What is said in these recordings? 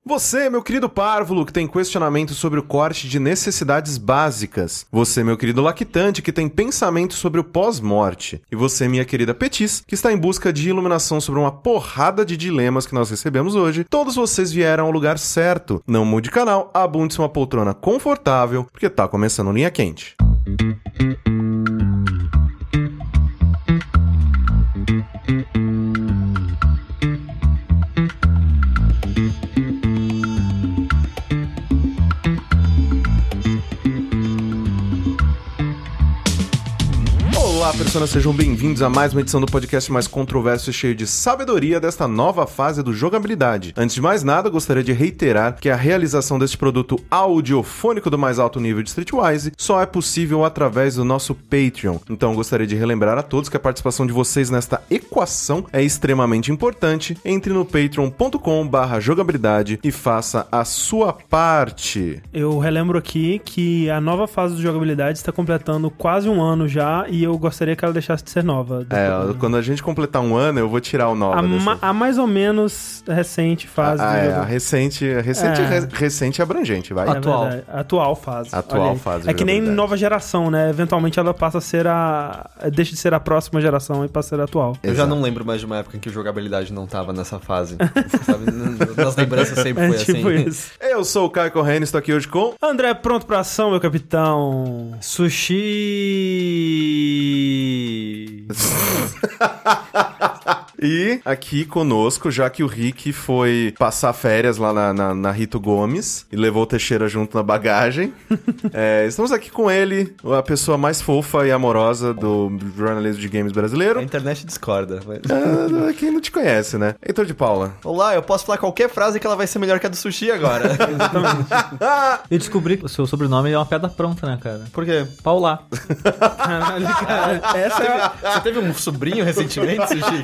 Você, meu querido párvulo, que tem questionamento sobre o corte de necessidades básicas. Você, meu querido lactante, que tem pensamento sobre o pós-morte. E você, minha querida Petis, que está em busca de iluminação sobre uma porrada de dilemas que nós recebemos hoje. Todos vocês vieram ao lugar certo. Não mude canal, abunde-se uma poltrona confortável, porque tá começando Linha Quente. Olá, personas, sejam bem-vindos a mais uma edição do podcast mais controverso e cheio de sabedoria desta nova fase do jogabilidade. Antes de mais nada, gostaria de reiterar que a realização deste produto audiofônico do mais alto nível de Streetwise só é possível através do nosso Patreon. Então, gostaria de relembrar a todos que a participação de vocês nesta equação é extremamente importante. Entre no patreon.com/jogabilidade e faça a sua parte. Eu relembro aqui que a nova fase do jogabilidade está completando quase um ano já e eu gostaria que ela deixasse de ser nova. Quando a gente completar um ano, eu vou tirar o nova. A mais ou menos recente fase. A recente e abrangente, vai. Atual fase. Atual fase. É que nem nova geração, né? Eventualmente ela passa a ser deixa de ser a próxima geração e passa a ser a atual. Eu já não lembro mais de uma época em que o jogabilidade não tava nessa fase. Sabe? Nas lembranças sempre foi assim. Tipo isso. Eu sou o Caio Corrêa e estou aqui hoje com... André, pronto pra ação, meu capitão. Sushi... E aqui conosco, já que o Rick foi passar férias lá na Rito Gomes e levou o Teixeira junto na bagagem, estamos aqui com ele, a pessoa mais fofa e amorosa do jornalismo de games brasileiro. A internet discorda. Mas... Quem não te conhece, né? Heitor de Paula. Olá, eu posso falar qualquer frase que ela vai ser melhor que a do Sushi agora. Exatamente. Eu descobri que o seu sobrenome é uma piada pronta, né, cara? Por quê? Paula. Caralho, cara. Você teve um sobrinho recentemente, Sushi?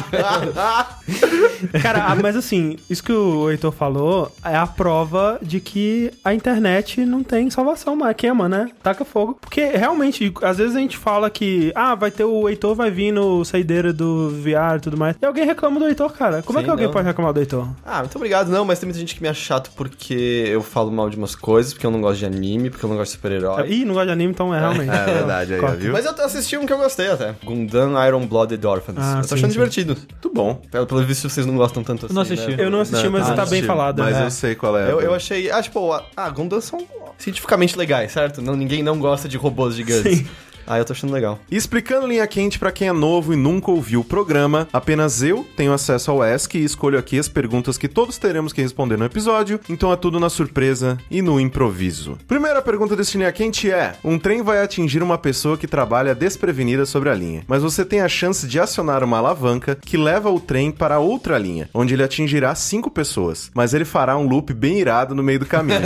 Cara, mas assim, isso que o Heitor falou é a prova de que a internet não tem salvação, mas queima, né? Taca fogo. Porque realmente, às vezes a gente fala que vai ter o Heitor, vai vir no saideira do VR e tudo mais. E alguém reclama do Heitor, cara. Como é que alguém pode reclamar do Heitor? Muito obrigado. Não, mas tem muita gente que me acha chato porque eu falo mal de umas coisas, porque eu não gosto de anime, porque eu não gosto de super-herói. Ih, não gosto de anime, então realmente. É verdade, aí, viu? Mas eu assisti um que eu gostei até. Gundam Iron Blooded Orphans. Eu tô achando divertido. Muito bom. Pelo visto, vocês não gostam tanto assim, não assisti. Né? Eu não assisti, mas tá bem falado. Mas eu sei qual é. Eu achei... Gundam são cientificamente legais, certo? Ninguém não gosta de robôs gigantes. Sim. Eu tô achando legal. E explicando Linha Quente pra quem é novo e nunca ouviu o programa, apenas eu tenho acesso ao Ask e escolho aqui as perguntas que todos teremos que responder no episódio, então é tudo na surpresa e no improviso. Primeira pergunta desse Linha Quente é: um trem vai atingir uma pessoa que trabalha desprevenida sobre a linha, mas você tem a chance de acionar uma alavanca que leva o trem para outra linha, onde ele atingirá 5 pessoas, mas ele fará um loop bem irado no meio do caminho.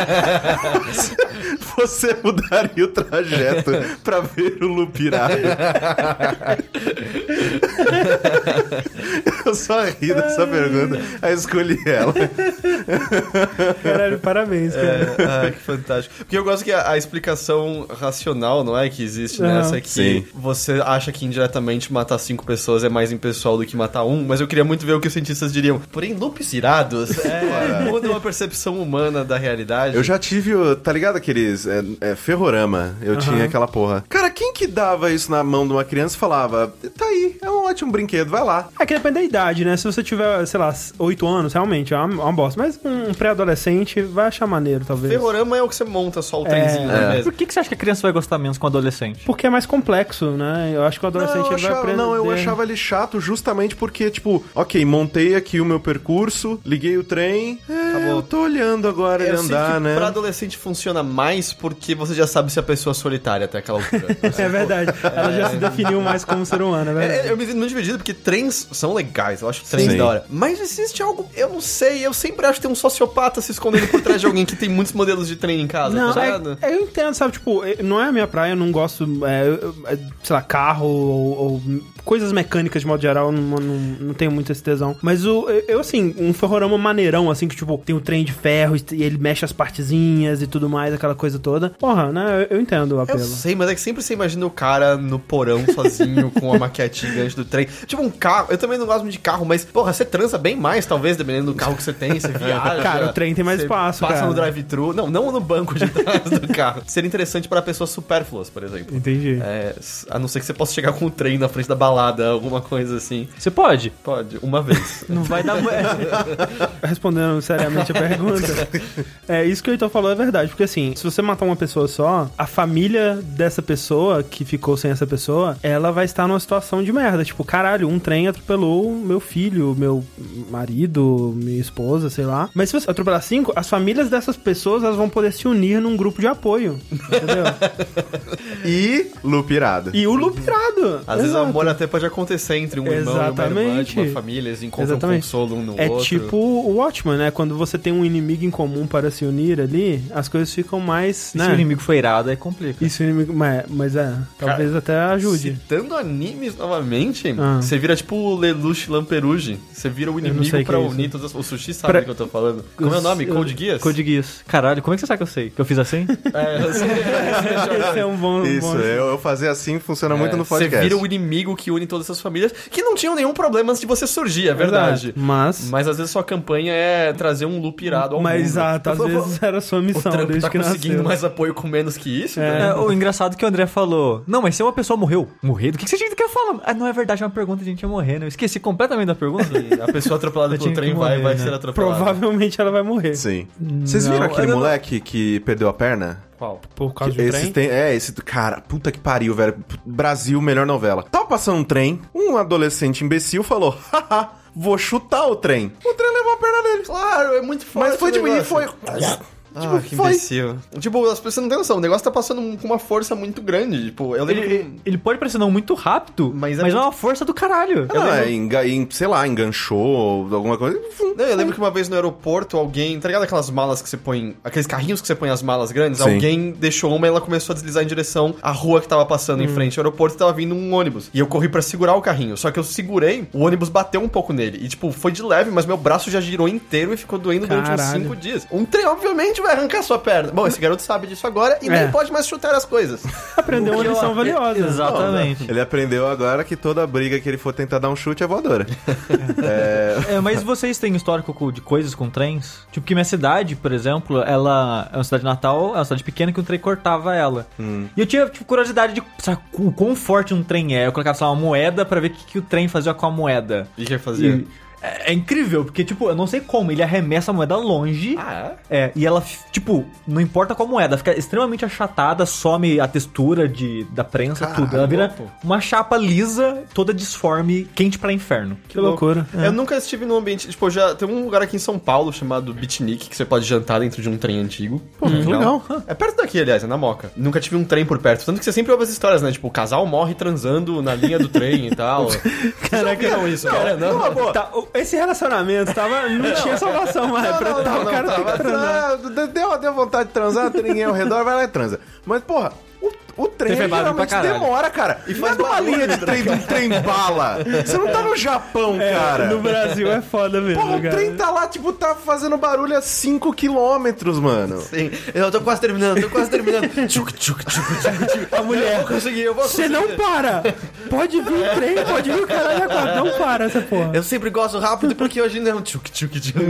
Você mudaria o trajeto pra ver o loop irado? Eu só ri dessa pergunta, aí escolhi ela. Caralho, parabéns, cara. Que fantástico. Porque eu gosto que a explicação racional, não é, que existe nessa, é que Sim. Você acha que indiretamente matar 5 pessoas é mais impessoal do que matar um, mas eu queria muito ver o que os cientistas diriam. Porém, loops irados mudam a percepção humana da realidade. Eu já tive, tá ligado aqueles ferrorama? Eu tinha aquela porra. Cara, quem que dava isso na mão de uma criança e falava, tá aí, é um ótimo brinquedo, vai lá. É que depende da idade, né? Se você tiver, sei lá, 8 anos, realmente é uma bosta. Mas um pré-adolescente vai achar maneiro, talvez. Ferrorama é o que você monta só o trenzinho mesmo. Por que você acha que a criança vai gostar menos com o adolescente? Porque é mais complexo, né? Eu acho que o adolescente vai aprender. Não, eu achava ele chato justamente porque, tipo, ok, montei aqui o meu percurso, liguei o trem, eu tô olhando agora ele andar, né? Pra adolescente funciona mais porque você já sabe se a pessoa é solitária até aquela altura. É verdade. Ela já se definiu mais como ser humano, é verdade. Eu me sinto muito dividido porque trens são legais, eu acho trens da hora. Mas existe algo, eu não sei, eu sempre acho que tem um sociopata se escondendo por trás de alguém que tem muitos modelos de trem em casa. Não, eu entendo, sabe, tipo, não é a minha praia, eu não gosto, sei lá, carro ou coisas mecânicas de modo geral, não tenho muito esse tesão. Mas eu assim, um ferrorama maneirão, assim, que tipo, tem o trem de ferro e ele mexe as partezinhas e tudo mais, aquela coisa toda. Porra, né, eu entendo o apelo. Eu sei, mas é que sempre você imagina o cara no porão sozinho com a maquete gigante do trem. Tipo um carro, eu também não gosto muito de carro, mas, porra, você transa bem mais, talvez, dependendo do carro que você tem, você viaja. Cara, o trem tem mais você espaço, passa cara. no drive-thru. Não no banco de trás do carro. Seria interessante para pessoas supérfluas, por exemplo. Entendi. A não ser que você possa chegar com um trem na frente da balada, alguma coisa assim. Você pode? Pode, uma vez. Não vai dar... Respondendo seriamente a pergunta, isso que o Heitor falou é verdade, porque assim, se você matar uma pessoa só, a família dessa pessoa, que ficou sem essa pessoa, ela vai estar numa situação de merda, tipo, caralho, um trem atropelou meu filho, meu marido, minha esposa, sei lá. Mas se você atropelar 5, as famílias dessas pessoas, elas vão poder se unir num grupo de apoio, entendeu? E loop irado. E o loop irado. Às vezes o Exato. amor até pode acontecer entre um irmão e uma irmã de uma Exatamente. família, eles encontram Exatamente. consolo um no É outro. tipo o Watchmen, né? Quando você tem um inimigo em comum para se unir ali, as coisas ficam mais, Se né? o inimigo for irado, aí complica. Isso, o inimigo... Mas talvez até ajude. Citando animes novamente, Ah. você vira tipo o Lelouch Lamperouge. Você vira o não inimigo sei pra que é isso. unir todas as... O Sushi sabe Pra- do que eu tô falando. Como é o nome? Code Geass? Code Geass. Caralho, como é que você sabe que eu sei? Que eu fiz assim? Esse é um bom... Isso, eu fazer assim funciona muito no Você podcast. vira o inimigo que une todas essas famílias que não tinham nenhum problema antes de você surgir, é verdade. Exato. Mas às vezes sua campanha é trazer um loop irado ao mundo. exato, às vezes era a sua O missão Trump desde tá que conseguindo nasceu. mais apoio com menos que isso, É. né? O engraçado que o André falou, não, mas se uma pessoa morreu, morrer? Do que você quer falar? Ah, não é verdade, é uma pergunta, a gente ia morrer, né? Eu esqueci completamente da pergunta. A pessoa atropelada Eu pelo tinha que trem morrer, vai né? ser atropelada. Provavelmente ela vai morrer. Sim. Vocês viram aquele eu não- moleque que perdeu a perna? Qual? Por causa do trem. Esse... Cara, puta que pariu, velho. Brasil, melhor novela. Tava passando um trem, um adolescente imbecil falou, haha, vou chutar o trem. O trem levou a perna dele. Claro, é muito forte. Mas foi tipo, e foi... Ah, que foi. imbecil. Tipo, as pessoas não têm noção. O negócio tá passando com uma força muito grande. Tipo, eu lembro que... Ele pode parecer não muito rápido, Mas mas é é uma força do caralho. Sei lá, enganchou, alguma coisa. Não, eu lembro que uma vez no aeroporto, alguém... Tá ligado aquelas malas que você põe... Aqueles carrinhos que você põe as malas grandes? Sim. Alguém deixou uma e ela começou a deslizar em direção à rua que tava passando em frente ao aeroporto e tava vindo um ônibus. E eu corri pra segurar o carrinho. Só que eu segurei, o ônibus bateu um pouco nele. E, tipo, foi de leve, mas meu braço já girou inteiro e ficou doendo durante uns Caralho. 5 dias. Um trem, obviamente, vai arrancar sua perna. Bom, esse garoto sabe disso agora e nem pode mais chutar as coisas. Aprendeu uma lição valiosa. Exatamente. Ele aprendeu agora que toda briga que ele for tentar dar um chute é voadora. Mas vocês têm histórico de coisas com trens? Tipo, que minha cidade, por exemplo, ela é uma cidade natal, é uma cidade pequena que o trem cortava ela. E eu tinha, tipo, curiosidade de sabe, o quão forte um trem é. Eu colocava, sei lá, uma moeda pra ver o que o trem fazia com a moeda. E o que fazia? É incrível, porque, tipo, eu não sei como, ele arremessa a moeda longe. Ah, é? É, e ela, tipo, não importa qual moeda, fica extremamente achatada, some a textura da prensa, tudo. Ela vira uma chapa lisa, toda disforme, quente pra inferno. Que loucura. Eu nunca estive num ambiente... Tipo, já tem um lugar aqui em São Paulo chamado Beatnik, que você pode jantar dentro de um trem antigo. Pô, legal. É perto daqui, aliás, é na Moca. Nunca tive um trem por perto. Tanto que você sempre ouve as histórias, né? Tipo, o casal morre transando na linha do trem e tal. Caraca, não isso, cara. Não, Tá, esse relacionamento não tinha salvação mais. O cara tem que transar. Deu vontade de transar, tem ninguém ao redor, vai lá e transa. Mas, porra, o trem Tem barulho pra geralmente caralho. demora, cara. E faz uma linha de trem de um trem bala. Você não tá no Japão, cara. No Brasil é foda mesmo, Porra, o cara. trem tá lá, tipo, tá fazendo barulho a 5 km, mano. Sim, eu tô quase terminando. Tchuc, tchuc, tchuc, tchuc. A mulher, Eu consegui, eu vou você conseguir. não para. Pode vir o trem, pode vir o caralho a quatro. Não para essa porra. Eu sempre gosto rápido porque hoje não. Tchuc, tchuc, tchuc.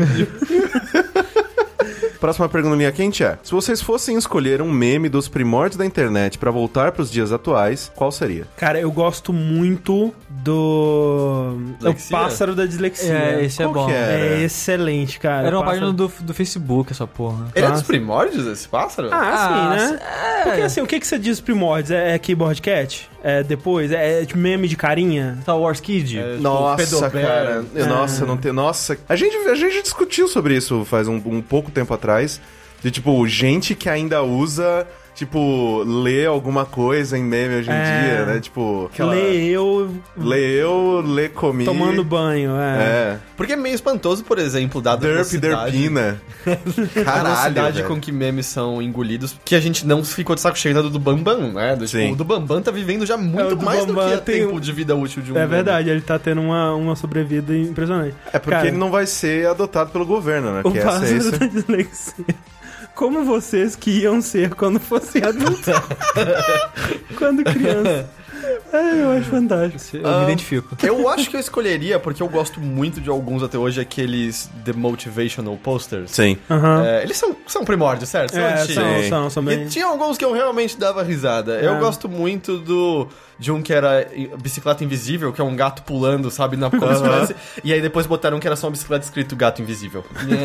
Próxima pergunta linha quente é: se vocês fossem escolher um meme dos primórdios da internet pra voltar pros dias atuais, qual seria? Cara, eu gosto muito do... O Dislexia? pássaro da dislexia. É, esse é Qual bom. que é? É excelente, cara. Era uma Pássaro- página do Facebook, essa porra. Ele é dos Nossa. primórdios, esse pássaro? Ah, sim, né? Porque assim, o que você diz primórdios? É Keyboard Cat? É depois? É tipo meme de carinha? Star Wars Kid. É, tipo, Nossa, Pedobear. cara. Nossa, não tem. Nossa. A gente discutiu sobre isso faz um pouco tempo atrás. De tipo, gente que ainda usa. Tipo, lê alguma coisa em meme hoje em dia, né? Tipo. Lê eu Lê comigo. tomando banho, É. Porque é meio espantoso, por exemplo, dado a Derp, velocidade... derpina. A Caralho, velocidade velho. com que memes são engolidos, que a gente não ficou de saco cheio ainda do Bambam, né? Sim. O do Bambam tá vivendo já muito o do mais do que Bambam a tem tempo de vida útil de um É meme. verdade, ele tá tendo uma sobrevida impressionante. É porque Cara, ele não vai ser adotado pelo governo, né? O Que essa é pássaro isso. da dislexia. Como vocês que iam ser quando fossem adultos? Quando criança. Eu acho fantástico. Eu me identifico. Eu acho que eu escolheria, porque eu gosto muito de alguns até hoje, aqueles The Motivational Posters. Sim. Eles são primórdios, certo? São bem... E tinha alguns que eu realmente dava risada. Eu gosto muito de um que era bicicleta invisível, que é um gato pulando, sabe, na como e aí depois botaram que era só uma bicicleta escrito gato invisível.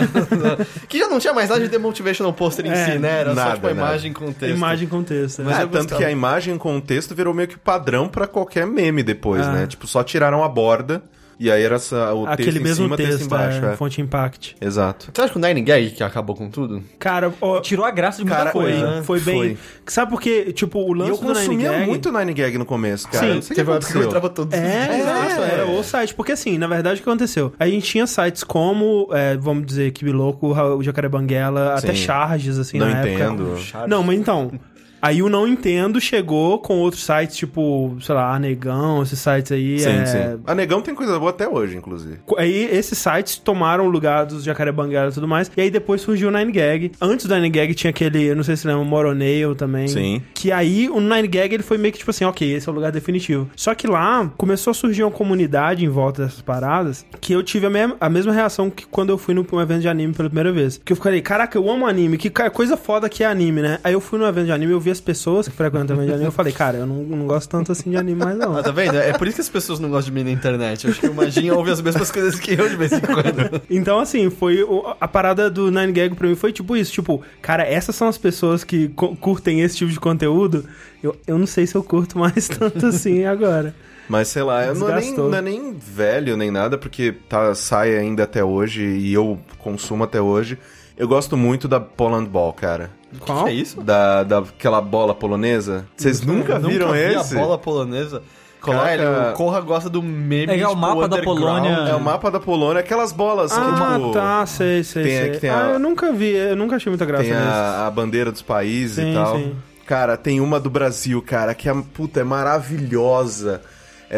Que já não tinha mais nada de The Motivational Poster em si, né? Era só tipo uma imagem com texto. Imagem com texto. Mas eu Tanto gostava. que a imagem com o texto virou meio que padrão pra qualquer meme depois, né? Tipo, só tiraram a borda e aí era o Aquele texto em mesmo cima, texto embaixo. fonte impact. Exato. Você acha que o Nine Gag que acabou com tudo? Cara, Tirou a graça de muita coisa. Foi bem... Sabe por quê? Tipo, o E eu lance do Nine consumia Gag... muito Nine Gag no começo, cara. Sim, Não sei o que Teve uma época que eu aconteceu. entrava todos Exato, era o site. Porque assim, na verdade, o que aconteceu? A gente tinha sites como, vamos dizer, Kibiloco, o Jacaré Banguela, até Sim. Charges, assim, Não na entendo. época. Não, mas então... Aí o Não Entendo chegou com outros sites, tipo, sei lá, Anegão, esses sites aí. Sim, sim. A Negão tem coisa boa até hoje, inclusive. Aí esses sites tomaram o lugar dos Jacaré Banguela e tudo mais. E aí depois surgiu o Nine Gag. Antes do Nine Gag tinha aquele, eu não sei se lembra, o Moronail também. Sim. Que aí o Nine Gag ele foi meio que tipo assim, ok, esse é o lugar definitivo. Só que lá começou a surgir uma comunidade em volta dessas paradas que eu tive a mesma reação que quando eu fui num evento de anime pela primeira vez. Que eu falei, caraca, eu amo anime, que coisa foda que é anime, né? Aí eu fui num evento de anime, eu vi as pessoas que frequentam o evento de anime, eu falei, cara, eu não gosto tanto assim de anime mais não. Ah, tá vendo? É por isso que as pessoas não gostam de mim na internet. Eu acho que o Maginha ouve as mesmas coisas que eu de vez em quando. Então, assim, foi a parada do Nine Gag pra mim foi tipo isso, tipo, cara, essas são as pessoas que curtem esse tipo de conteúdo, eu não sei se eu curto mais tanto assim agora. Mas sei lá, eu Desgastou. não é nem velho nem nada, porque sai ainda até hoje e eu consumo até hoje. Eu gosto muito da Poland Ball, cara. Qual? Que é isso? Daquela bola polonesa. Vocês nunca viram Nunca vi esse? a bola polonesa. Coloca- Caralho, o Corra gosta do meme É o mapa da underground. Polônia. É o mapa da Polônia, aquelas bolas que, tipo, Tá, sei. tem Eu nunca vi, eu nunca achei muita graça tem nisso. a bandeira dos países Sim, e tal. sim. Cara, tem uma do Brasil, cara, que é maravilhosa. É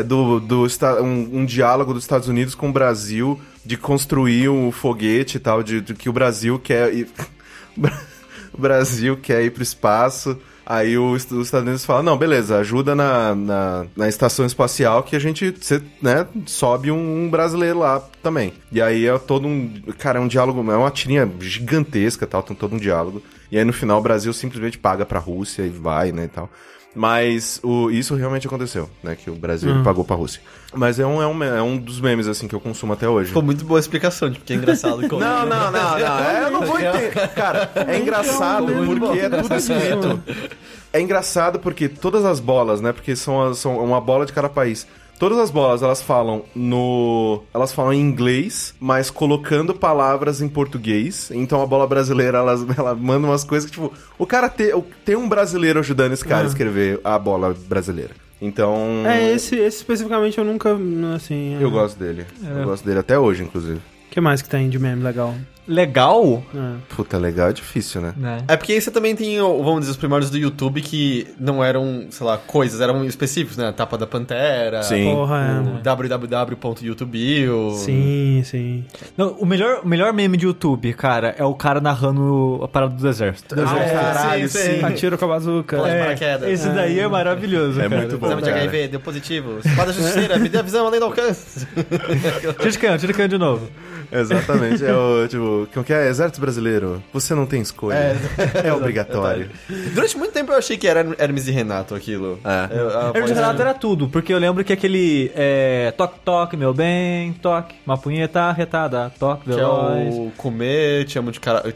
um diálogo dos Estados Unidos com o Brasil de construir um foguete e tal, de que o Brasil quer ir... o Brasil quer ir pro espaço. Aí os Estados Unidos falam, não, beleza, ajuda na estação espacial que a gente, né, sobe um brasileiro lá também. E aí é todo cara, é um diálogo, é uma tirinha gigantesca, tal, tem todo um diálogo. E aí no final o Brasil simplesmente paga pra Rússia e vai, né, e tal. Mas isso realmente aconteceu, né, que o Brasil pagou pra Rússia. Mas é um dos memes, assim, que eu consumo até hoje. Foi muito boa a explicação, tipo, que é engraçado. Não. Eu não vou entender. Cara, é engraçado porque é tudo escrito. É engraçado porque todas as bolas, né? Porque são uma bola de cada país. Todas as bolas, elas falam em inglês, mas colocando palavras em português. Então a bola brasileira, ela manda umas coisas que, tipo... O cara tem um brasileiro ajudando esse cara a escrever a bola brasileira. Então... Esse especificamente eu nunca, assim... Eu gosto dele. Eu gosto dele até hoje, inclusive. O que mais que tem de meme legal? Legal? Puta, legal é difícil, né? É porque aí você também tem, vamos dizer, os primórdios do YouTube que não eram, sei lá, coisas, eram específicos, né? A Tapa da Pantera, Sim. Porra, o www.youtube. Sim. Não, o melhor meme de YouTube, cara, é o cara narrando a parada do exército. Caralho, sim. Atira com a bazuca. Pula de paraquedas. Esse daí é maravilhoso, É cara. muito bom, Exame de cara. HIV, deu positivo. Espada justiceira, me dê a visão além do alcance. Tira de canhão de novo. Exatamente. É o, tipo, como que é? Exército Brasileiro. Você não tem escolha. É obrigatório. Durante muito tempo eu achei que era Hermes e Renato aquilo. Hermes e Renato era tudo, porque eu lembro que aquele toque, toque, meu bem, toque, uma punheta arretada, toque, Que é veloz. o comer, te amo de caralho.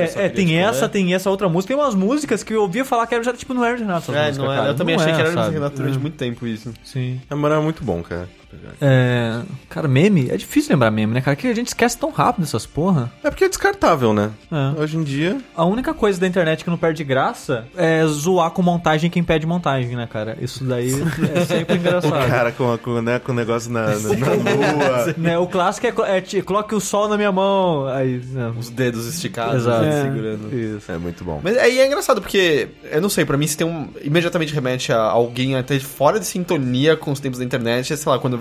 Tem essa outra música. Tem umas músicas que eu ouvia falar que era já tipo no Hermes e Renato. essas músicas, Não é. cara. Eu também Não achei que era Hermes e sabe? Renato durante muito tempo isso. Sim. É, mano, é muito bom, cara. Cara, meme, é difícil lembrar meme, né, cara? Que a gente esquece tão rápido essas porra. É porque é descartável, né? É. Hoje em dia... A única coisa da internet que não perde graça é zoar com montagem quem pede montagem, né, cara? Isso daí é sempre engraçado. O cara com o negócio na lua. Né, o clássico é coloque o sol na minha mão. Aí, né. Os dedos esticados, Exato. né, segurando. Isso. É muito bom. Mas aí é engraçado, porque, eu não sei, pra mim se tem imediatamente remete a alguém até fora de sintonia com os tempos da internet, sei lá, quando eu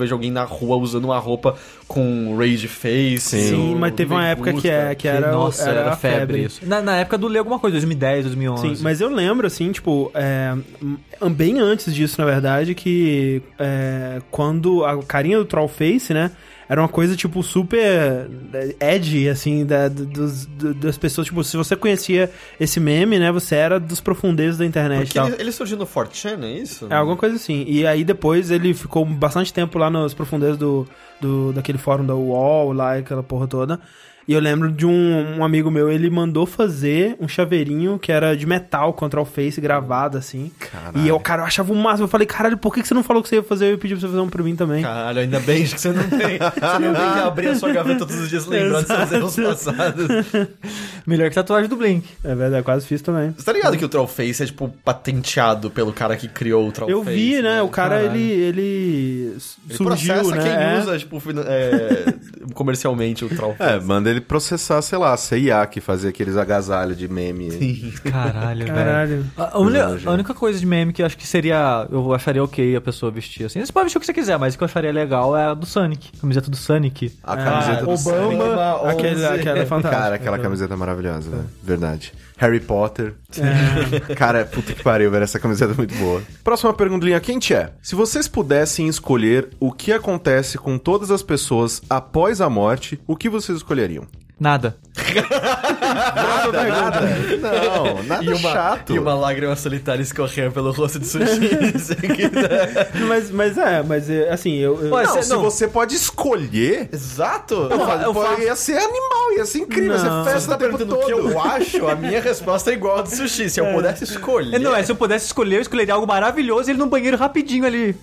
vejo alguém na rua usando uma roupa com rage face. Sim, mas teve uma época que era, Nossa, era febre isso. Na época do Ler Alguma Coisa, 2010, 2011. Sim, mas eu lembro, assim, tipo, bem antes disso, na verdade, que quando a carinha do Trollface, né, era uma coisa, tipo, super edgy, assim, das pessoas. Tipo, se você conhecia esse meme, né, você era dos profundezos da internet Porque e tal. ele surgiu no 4chan, é isso? É, alguma coisa assim. E aí depois ele ficou bastante tempo lá nos profundezos daquele fórum da UOL, lá, aquela porra toda. E eu lembro de um amigo meu, ele mandou fazer um chaveirinho que era de metal contra o Face gravado, assim. Caralho. E eu achava o máximo. Eu falei, caralho, por que você não falou que você ia fazer? Eu pedi pra você fazer um pra mim também. Caralho, ainda bem que você não tem que abrir a sua gaveta todos os dias lembrando dos seus erros passados. Melhor que tatuagem do Blink. É verdade, quase fiz também. Você tá ligado que o Trollface é, tipo, patenteado pelo cara que criou o Trollface? Eu vi, né? O cara, Caralho. ele surgiu, processa né? quem usa, tipo, comercialmente o Trollface. Manda ele processar, sei lá, a CIA que fazia aqueles agasalhos de meme. Caralho, velho. Caralho. A única coisa de meme que eu acho que seria... Eu acharia ok a pessoa vestir assim. Você pode vestir o que você quiser, mas o que eu acharia legal é a do Sonic. A camiseta do Sonic. A camiseta do Obama, Sonic. aquela é fantástica. Cara, aquela camiseta é maravilhosa, velho. Verdade. Harry Potter. Cara, puta que pariu, velho. Essa camiseta é muito boa. Próxima perguntinha quente é: se vocês pudessem escolher o que acontece com todas as pessoas após a morte, o que vocês escolheriam? Nada. Nada. Não, nada chato. E uma lágrima solitária escorrer pelo rosto de Sushi. mas assim, Não, se você pode escolher... Exato. Ia ser animal, ia ser incrível. Não. Você Você festa tá o tempo perguntando o que todo. eu acho? A minha resposta é igual a do Sushi. Se eu pudesse escolher... Se eu pudesse escolher, eu escolheria algo maravilhoso e ele no banheiro rapidinho ali.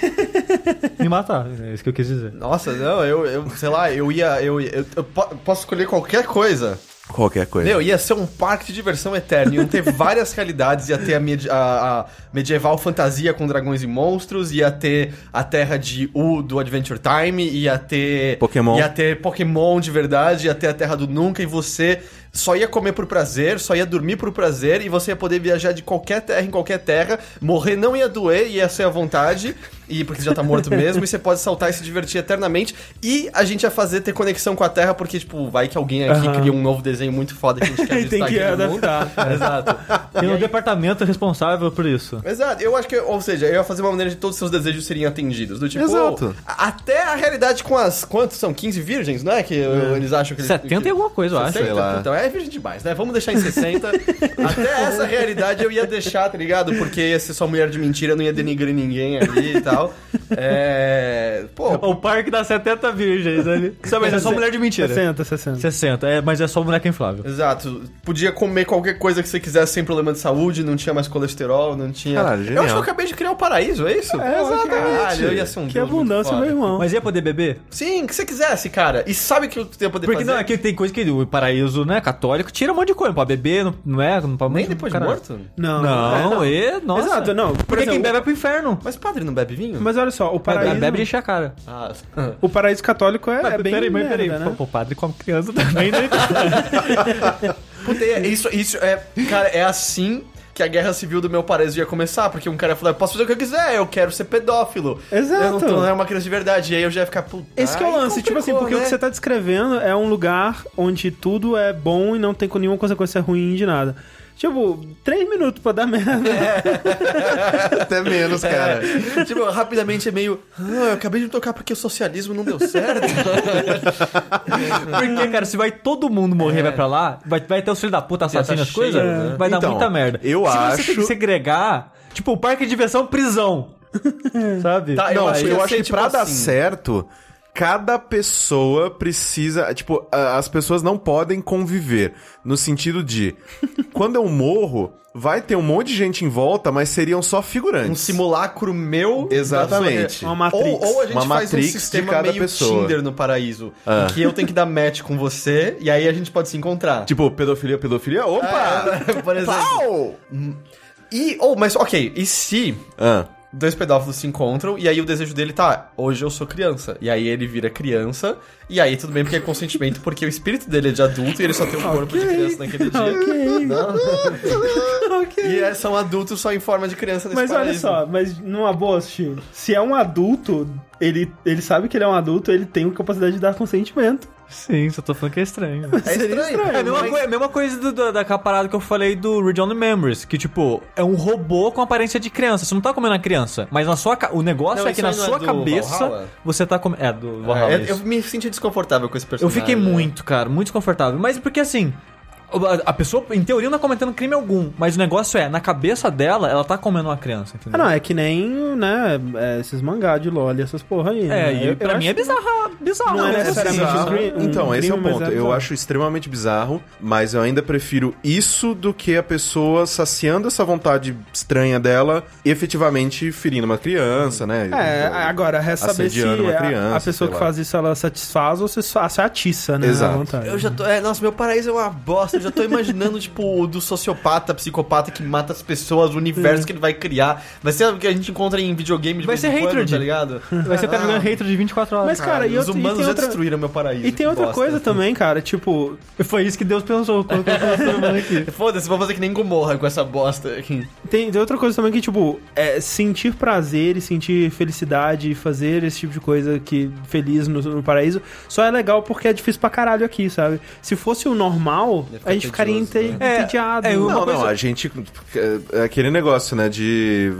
Me matar. É isso que eu quis dizer. Nossa, não, eu sei lá, eu posso escolher qualquer coisa. Qualquer coisa. Meu, ia ser um parque de diversão eterno. Iam ter várias realidades. Ia ter a medieval fantasia com dragões e monstros. Ia ter a terra de do Adventure Time. Ia ter... Pokémon. Ia ter Pokémon de verdade. Ia ter a terra do Nunca. E você só ia comer por prazer. Só ia dormir por prazer. E você ia poder viajar de qualquer terra em qualquer terra. Morrer não ia doer. Ia ser à vontade. Porque você já tá morto mesmo. E você pode saltar e se divertir eternamente. E a gente ia ter conexão com a terra. Porque, tipo, vai que alguém aqui cria um novo desenho muito foda que a gente quer tem visitar que aqui no mundo. adaptar. Exato. Tem um departamento responsável por isso. Exato, eu acho que, ou seja, eu ia fazer uma maneira de todos os seus desejos seriam atendidos. Do tipo, Exato. Até a realidade com as. Quantos são? 15 virgens, não é? Que eles acham que eles. 70 e alguma coisa, eu acho. 60? Sei lá. Então é virgem demais, né? Vamos deixar em 60. Até essa realidade eu ia deixar, tá ligado? Porque ia ser só mulher de mentira, não ia denigrir ninguém ali e tal. Pô. O parque dá 70 virgens ali. Mas é só mulher de mentira. 60. 60, mas é só boneca inflável. Exato. Podia comer qualquer coisa que você quisesse sem problema de saúde, não tinha mais colesterol, não tinha... Caralho, eu genial. acho que eu acabei de criar o paraíso, é isso? exatamente. Caralho, eu ia ser um Que deus muito abundância, foda. meu irmão. Mas ia poder beber? Sim, o que você quisesse, cara. E sabe o que eu ia poder Porque fazer? não, aqui tem coisa que o paraíso, né, católico, tira um monte de coisa. Não pode beber, não é? Não pode Nem depois de caralho. morto? Não. Nossa. Exato, não. Por Porque quem exemplo, bebe é pro inferno. Mas padre não bebe vinho? Mas olha só, o paraíso... Bebe de encher a cara. O paraíso católico é bem peraí, merda, né? Pô, padre come criança também, né? Puta, isso é... Cara, é assim que a guerra civil do meu paraíso ia começar, porque um cara ia falar, eu posso fazer o que eu quiser, eu quero ser pedófilo. Exato. Eu não é uma criança de verdade. E aí eu já ia ficar, puta... Esse que é o lance, tipo assim, porque o que você tá descrevendo é um lugar onde tudo é bom e não tem nenhuma consequência ruim de nada. Tipo, 3 minutos pra dar merda. Até menos, cara. Tipo, rapidamente é meio... eu acabei de tocar porque o socialismo não deu certo. Porque, cara, se vai todo mundo morrer e vai pra lá, vai ter os filhos da puta assassinos as cheio, coisas, né? vai dar Então, muita merda. eu se você acho- tem que segregar, tipo, o parque de diversão, prisão. Sabe? Tá, Não, acho que eu ia acho ser, que tipo, pra dar assim. certo, cada pessoa precisa... Tipo, as pessoas não podem conviver. No sentido de, quando eu morro, vai ter um monte de gente em volta, mas seriam só figurantes. Um simulacro meu. Exatamente. Uma Matrix. Ou a gente Uma faz Matrix um de sistema cada meio pessoa. Tinder no paraíso. Em que eu tenho que dar match com você e aí a gente pode se encontrar. Tipo, pedofilia? Opa! Por exemplo. Pau! Mas ok, e se Ah, dois pedófilos se encontram e aí o desejo dele tá, hoje eu sou criança. E aí ele vira criança e aí tudo bem porque é consentimento, porque o espírito dele é de adulto e ele só tem um corpo de criança naquele dia. Ok. Não. Ok. E são adultos só em forma de criança nesse Mas olha paraíso. só, mas numa boa, Sushi, se é um adulto ele sabe que ele é um adulto, ele tem a capacidade de dar consentimento. Sim, só tô falando que é estranho. É estranho. É a mesma coisa daquela parada que eu falei do Read Only Memories, que, tipo, é um robô com aparência de criança. Você não tá comendo a criança, mas o negócio é que na sua cabeça Valhalla? Você tá comendo... É, do Valhalla. Eu me senti desconfortável com esse personagem. Eu fiquei muito, cara, muito desconfortável. Mas porque, assim... A pessoa, em teoria, não tá cometendo crime algum. Mas o negócio é, na cabeça dela, ela tá comendo uma criança, entendeu? Não, é que nem, né, esses mangá de LOL e essas porra aí. E pra mim é bizarro. Não é necessariamente bizarro. um Esse é o crime, ponto. mas é Eu bizarro. acho extremamente bizarro, mas eu ainda prefiro isso do que a pessoa saciando essa vontade estranha dela e efetivamente ferindo uma criança, né? Agora, resta saber se Assediando uma criança, a pessoa sei que lá. faz isso, ela satisfaz ou se atiça, né? Exato. à vontade. Eu já tô... nossa, meu paraíso é uma bosta. Eu já tô imaginando, tipo, do sociopata, psicopata que mata as pessoas, o universo que ele vai criar. Vai ser o que a gente encontra em videogame de Vai vez ser em quando, Hatred. tá ligado? Vai ser o cara jogando hater de 24 horas. Mas, cara, Os humanos já destruíram meu paraíso. E tem que outra bosta. coisa também, cara, tipo... Foi isso que Deus pensou quando colocou o ser humano aqui. Foda-se, vou fazer que nem Gomorra com essa bosta aqui. Tem outra coisa também que, tipo, sentir prazer e sentir felicidade e fazer esse tipo de coisa que feliz no paraíso só é legal porque é difícil pra caralho aqui, sabe? Se fosse o normal, Ia ficar a gente ficaria tedioso, né? entediado. Não, a gente... É aquele negócio, né, de...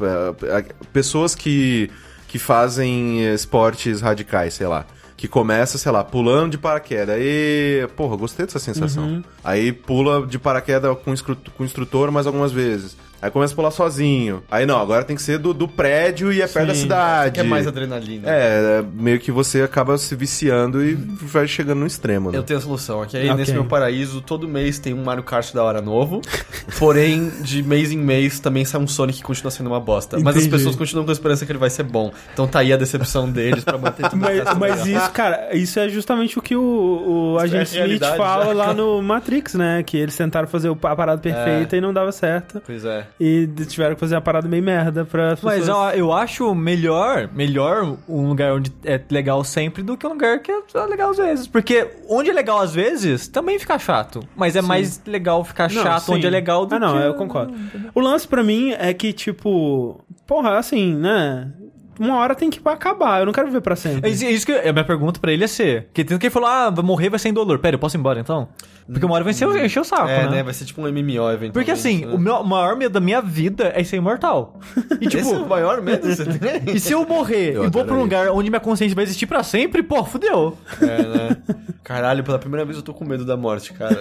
pessoas que fazem esportes radicais, sei lá. Que começa, sei lá, pulando de paraquedas. Aí, porra, gostei dessa sensação. Aí pula de paraquedas com o instrutor mais algumas vezes. Aí começa a pular sozinho. Aí não, agora tem que ser do prédio e é perto da cidade. Que é mais adrenalina. Meio que você acaba se viciando e vai chegando no extremo, né? Eu tenho a solução. Aqui aí, Ok. nesse meu paraíso, todo mês tem um Mario Kart da hora novo. Porém, de mês em mês também sai um Sonic que continua sendo uma bosta. Mas as Entendi. pessoas continuam com a esperança que ele vai ser bom. Então tá aí a decepção deles pra manter tudo Mas isso, cara, isso é justamente o que o Isso é agente Smith realidade fala já, lá cara. no Matrix, né? Que eles tentaram fazer a parada perfeita e não dava certo. Pois é. E tiveram que fazer uma parada meio merda pra as Mas pessoas... ó, eu acho melhor um lugar onde é legal sempre do que um lugar que é legal às vezes. Porque onde é legal às vezes, também fica chato. Mas é mais legal ficar Não, chato sim. onde é legal do que... eu concordo. O lance pra mim é que, tipo... Porra, assim, né... Uma hora tem que acabar, eu não quero viver pra sempre. É isso que a minha pergunta pra ele é ser. Porque tanto que ele falou, vai morrer, vai ser indolor. Pera, eu posso ir embora então? Porque uma hora vai encher o saco, né? Vai ser tipo um MMO eventualmente. Porque assim, né? o maior medo da minha vida é ser imortal. E tipo, Esse é o maior medo que você tem? e se eu morrer Eu e vou pra um adoraria. lugar onde minha consciência vai existir pra sempre, pô, fudeu. Né? Caralho, pela primeira vez eu tô com medo da morte, cara.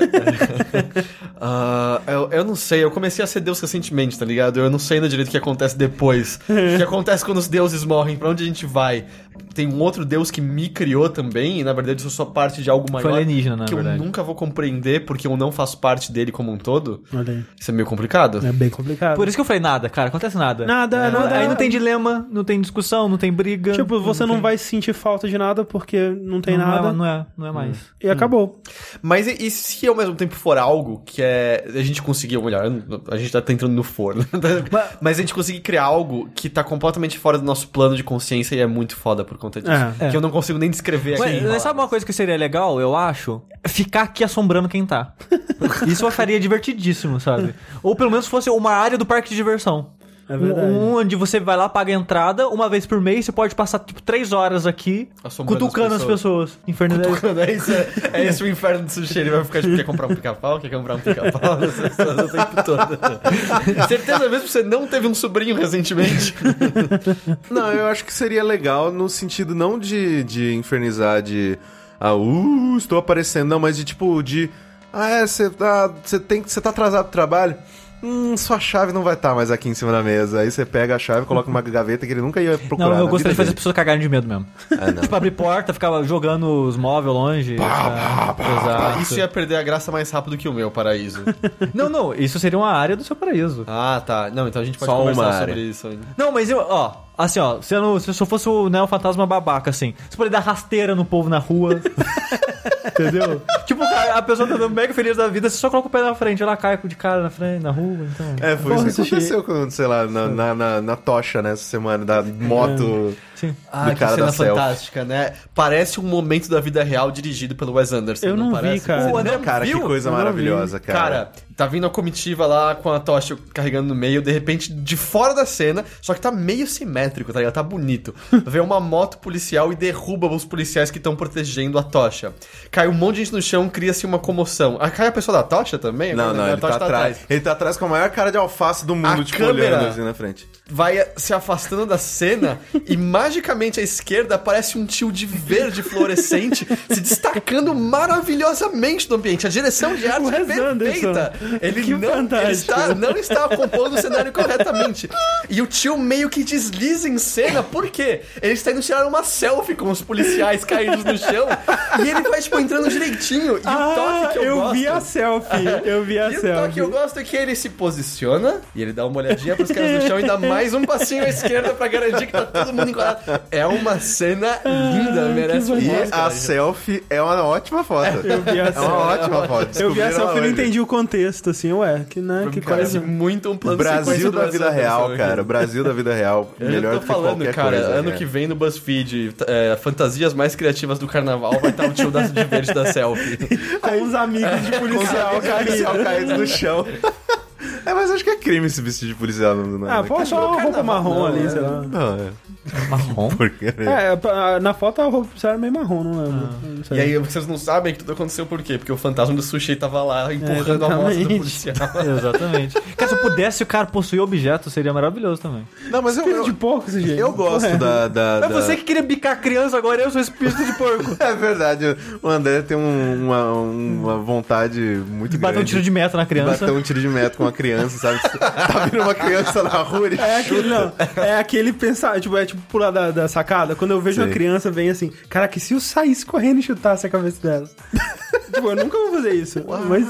Eu não sei, eu comecei a ser Deus recentemente, tá ligado? Eu não sei ainda direito o que acontece depois. O que acontece quando os deuses morrem, pra onde a gente vai? Tem um outro Deus que me criou também, e na verdade eu sou só parte de algo maior. Foi alienígena, na que verdade. eu nunca vou compreender porque eu não faço parte dele como um todo. Olha aí. Isso é meio complicado. É bem complicado. Por isso que eu falei nada, cara, acontece nada. Nada, nada. Aí não tem dilema, não tem discussão, não tem briga. Tipo, você não vai sentir falta de nada porque não tem nada. Não é mais. E acabou. Mas e se ao mesmo tempo for algo que a gente conseguir, ou melhor, a gente tá entrando no forno, mas a gente conseguir criar algo que tá completamente fora do nosso plano de consciência e é muito foda por conta disso. É. Que eu não consigo nem descrever aqui. Mas sabe uma coisa que seria legal, eu acho? Ficar aqui assombrando quem tá. Isso eu acharia divertidíssimo, sabe? Ou pelo menos fosse uma área do parque de diversão. É verdade. Onde você vai lá, paga a entrada, uma vez por mês, você pode passar, tipo, 3 horas aqui, Assombrando cutucando as pessoas. Infernidade. É esse o inferno do sushi. Ele vai ficar tipo, quer comprar um pica-pau? Quer comprar um pica-pau? O tempo todo. Certeza mesmo que você não teve um sobrinho recentemente. Não, eu acho que seria legal no sentido não de infernizar, estou aparecendo, não, mas de tipo, você tá atrasado pro trabalho? Sua chave não vai estar mais aqui em cima da mesa. Aí você pega a chave, coloca numa gaveta que ele nunca ia procurar. Não, eu na gostaria de vida fazer as dele. pessoas cagarem de medo mesmo. Não. Tipo, abrir porta, ficava jogando os móveis longe. Exato. Isso ia perder a graça mais rápido que o meu paraíso. Não, isso seria uma área do seu paraíso. Ah, tá. Não, então a gente pode Só uma conversar área. sobre isso ainda. Não, mas assim, se eu só fosse o Neo-Fantasma babaca, assim, você poderia dar rasteira no povo na rua. Entendeu? Tipo, a pessoa tá dando mega feliz da vida, você só coloca o pé na frente, ela cai de cara na frente, na rua, então... Foi isso que aconteceu com, sei lá, na tocha, né, essa semana, da moto Sim. Ah, que cara cena da selfie. fantástica, né? Parece um momento da vida real dirigido pelo Wes Anderson. Eu não vi, parece? cara. Pô, Cara, que coisa Eu não maravilhosa, cara. Cara, tá vindo a comitiva lá com a tocha carregando no meio, de repente, de fora da cena, só que tá meio simétrico, tá ligado? Tá bonito. Vem uma moto policial e derruba os policiais que estão protegendo a tocha. Cai um monte de gente no chão, cria-se uma comoção. Cai a pessoa da tocha também? Não, ele tá atrás. Ele tá atrás com a maior cara de alface do mundo, tipo, olhando assim na frente. Vai se afastando da cena e magicamente à esquerda aparece um tio de verde fluorescente se destacando maravilhosamente do ambiente. A direção de arte é perfeita. Ele não está compondo o cenário corretamente. E o tio meio que desliza em cena, por quê? Ele está indo tirar uma selfie com os policiais caídos no chão e ele vai, tipo, entrando direitinho. E o toque que eu gosto... vi a selfie. O toque que eu gosto é que ele se posiciona e ele dá uma olhadinha pros caras no chão e dá mais um passinho à esquerda pra garantir que tá todo mundo enquadrado. É uma cena linda, merece um E a selfie é uma ótima foto. Eu vi a É uma ótima foto. Eu vi a selfie e não entendi o contexto, assim, que Parece coisa. muito um plano Brasil da vida real, aqui. cara. Brasil da vida real. Melhor Eu do tô que falando, qualquer cara, coisa. ano que vem no BuzzFeed, fantasias mais criativas do carnaval, vai estar o tio de verde da selfie. Com os amigos de policial caído no chão. Mas acho que é crime se vestir de policial. Pô, só uma roupa marrom ali, sei lá. Marrom? Por quê? Na foto a roupa policial era meio marrom, não lembro. Não sei. E aí vocês não sabem que tudo aconteceu por quê? Porque o fantasma do sushi tava lá empurrando a moto do policial. Exatamente. Cara, se eu pudesse o cara possuir objetos, seria maravilhoso também. Não, mas Espírito de porco, esse jeito. eu gosto da... É você que queria bicar a criança, agora eu sou espírito de porco. É verdade. O André tem uma vontade muito grande. Bater um tiro de meta na criança. Bater um tiro de meta com uma criança, sabe? Tá vindo uma criança na rua, ele É aquele pensar, tipo pular da sacada. Quando eu vejo uma criança, vem assim, caraca, e se eu saísse correndo e chutasse a cabeça dela? Tipo, eu nunca vou fazer isso. Mas...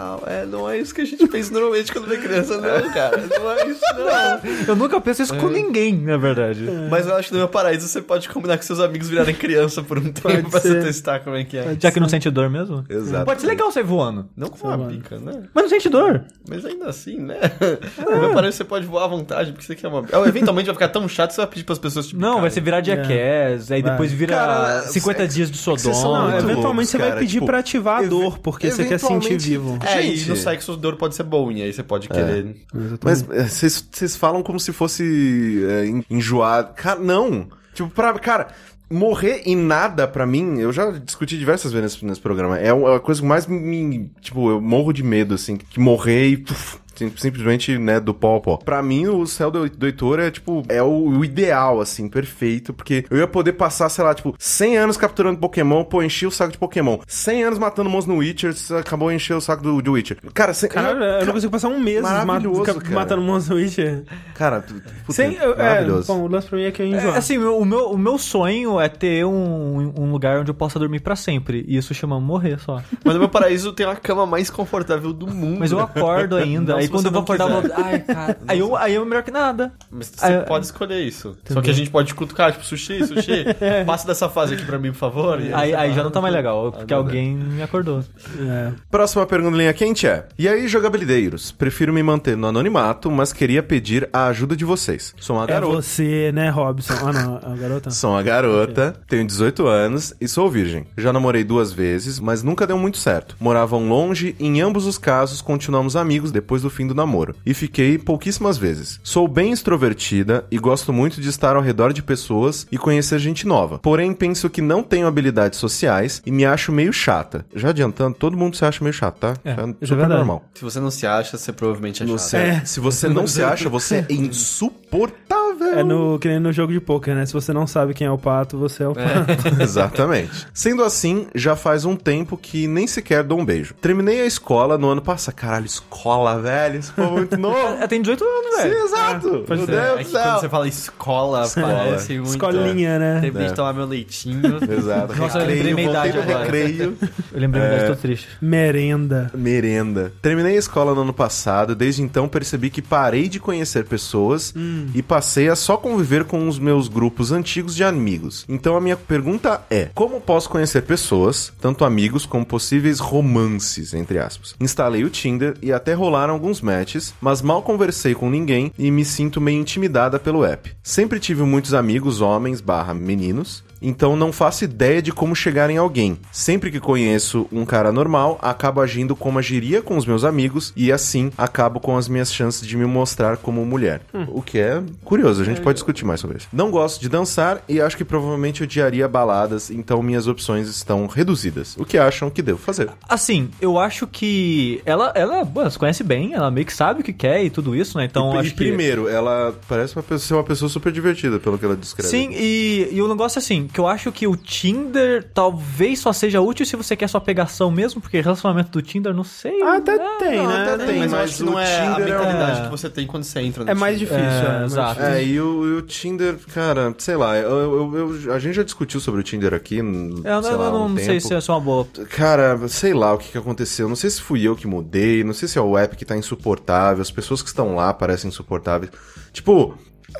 não é isso que a gente pensa normalmente quando vê criança, não, cara. Não é isso, não. Eu nunca penso isso com ninguém, na verdade. Mas eu acho que no meu paraíso você pode combinar com seus amigos virarem criança por um tempo pra você testar como é que é. Já que não sente dor mesmo? Exato. Pode ser legal sair voando. Não com uma pica, né? Mas não sente dor. Mas ainda assim, né? No meu paraíso você pode voar à vontade, porque você quer uma... Eventualmente vai ficar tão chato que você vai pedir pras pessoas te Não, vai ser virar Jackass, aí depois vira Cara, 50 dias de Sodoma. são muito eventualmente loucos, você vai cara. pedir Tipo, pra ativar a dor, porque você quer sentir vivo. Gente, e no sexo o dor pode ser bom, e aí você pode querer... Mas vocês falam como se fosse enjoado. Cara, não. Tipo, cara... Morrer em nada, pra mim, eu já discuti diversas vezes nesse programa, é a coisa que mais tipo, eu morro de medo, assim, que morrer e... simplesmente, né, do pó ao pó. Pra mim, o céu do Heitor é, tipo, é o ideal, assim, perfeito, porque eu ia poder passar, sei lá, tipo, 100 anos capturando Pokémon, enchi o saco de Pokémon. 100 anos matando monstros no Witcher, acabou de encher o saco do Witcher. Cara, eu não consigo passar um mês matando monstros no Witcher. Cara, maravilhoso. Bom, o lance pra mim é que eu enjoar. Assim, o meu sonho é ter um lugar onde eu possa dormir pra sempre, e isso chama morrer só. Mas no meu paraíso tem a cama mais confortável do mundo. Mas eu acordo ainda, aí quando eu vou acordar, eu vou... Ai, cara. Aí é melhor que nada. Mas você pode escolher isso. Só que a gente pode cutucar, tipo, sushi. Passa dessa fase aqui pra mim, por favor. Aí já não tá mais legal, porque alguém me acordou. Próxima pergunta linha quente é: e aí, jogabilideiros? Prefiro me manter no anonimato, mas queria pedir a ajuda de vocês. Sou uma garota. É você, né, Robson? Não, a garota. Sou uma garota, tenho 18 anos e sou virgem. Já namorei 2 vezes, mas nunca deu muito certo. Moravam longe e em ambos os casos continuamos amigos depois do fim do namoro. E fiquei pouquíssimas vezes. Sou bem extrovertida e gosto muito de estar ao redor de pessoas e conhecer gente nova. Porém, penso que não tenho habilidades sociais e me acho meio chata. Já adiantando, todo mundo se acha meio chato, tá? É super normal. Se você não se acha, você provavelmente é chato. Se você não se acha, você é insuportável. Que nem no jogo de pôquer, né? Se você não sabe quem é o pato, você é o pato. Exatamente. Sendo assim, já faz um tempo que nem sequer dou um beijo. Terminei a escola no ano passado. Caralho, escola, velho. Isso foi muito novo. Tem 18 anos, velho. Sim, exato. Meu Deus do céu. Quando você fala escola, parece muito... Escolinha, né? Terminei de tomar meu leitinho. Exato. Nossa, eu lembrei minha idade agora. Recreio. Eu lembrei minha idade, tô triste. Merenda. Terminei a escola no ano passado, desde então percebi que parei de conhecer pessoas e passei a só conviver com os meus grupos antigos de amigos. Então a minha pergunta é: como posso conhecer pessoas, tanto amigos como possíveis romances, entre aspas? Instalei o Tinder e até rolaram alguns matches, mas mal conversei com ninguém e me sinto meio intimidada pelo app. Sempre tive muitos amigos homens / meninos, então não faço ideia de como chegar em alguém. Sempre que conheço um cara normal, acabo agindo como agiria com os meus amigos e assim acabo com as minhas chances de me mostrar como mulher. O que é curioso, a gente pode discutir mais sobre isso. Não gosto de dançar e acho que provavelmente odiaria baladas, então minhas opções estão reduzidas. O que acham que devo fazer? Assim, eu acho que ela se conhece bem, ela meio que sabe o que quer e tudo isso, né? Então, acho que... primeiro, ela parece ser uma pessoa super divertida, pelo que ela descreve. Sim, e o negócio é assim, que eu acho que o Tinder talvez só seja útil se você quer sua pegação mesmo, porque relacionamento do Tinder, não sei... Até tem, né? Até tem, mas eu acho que não é a Tinder mentalidade que você tem quando você entra no É mais Tinder. difícil, exato. E o Tinder, cara, sei lá, a gente já discutiu sobre o Tinder aqui, Eu não sei se é só uma boa... Cara, sei lá o que aconteceu, não sei se fui eu que mudei, não sei se é o app que tá insuportável, as pessoas que estão lá parecem insuportáveis. Tipo,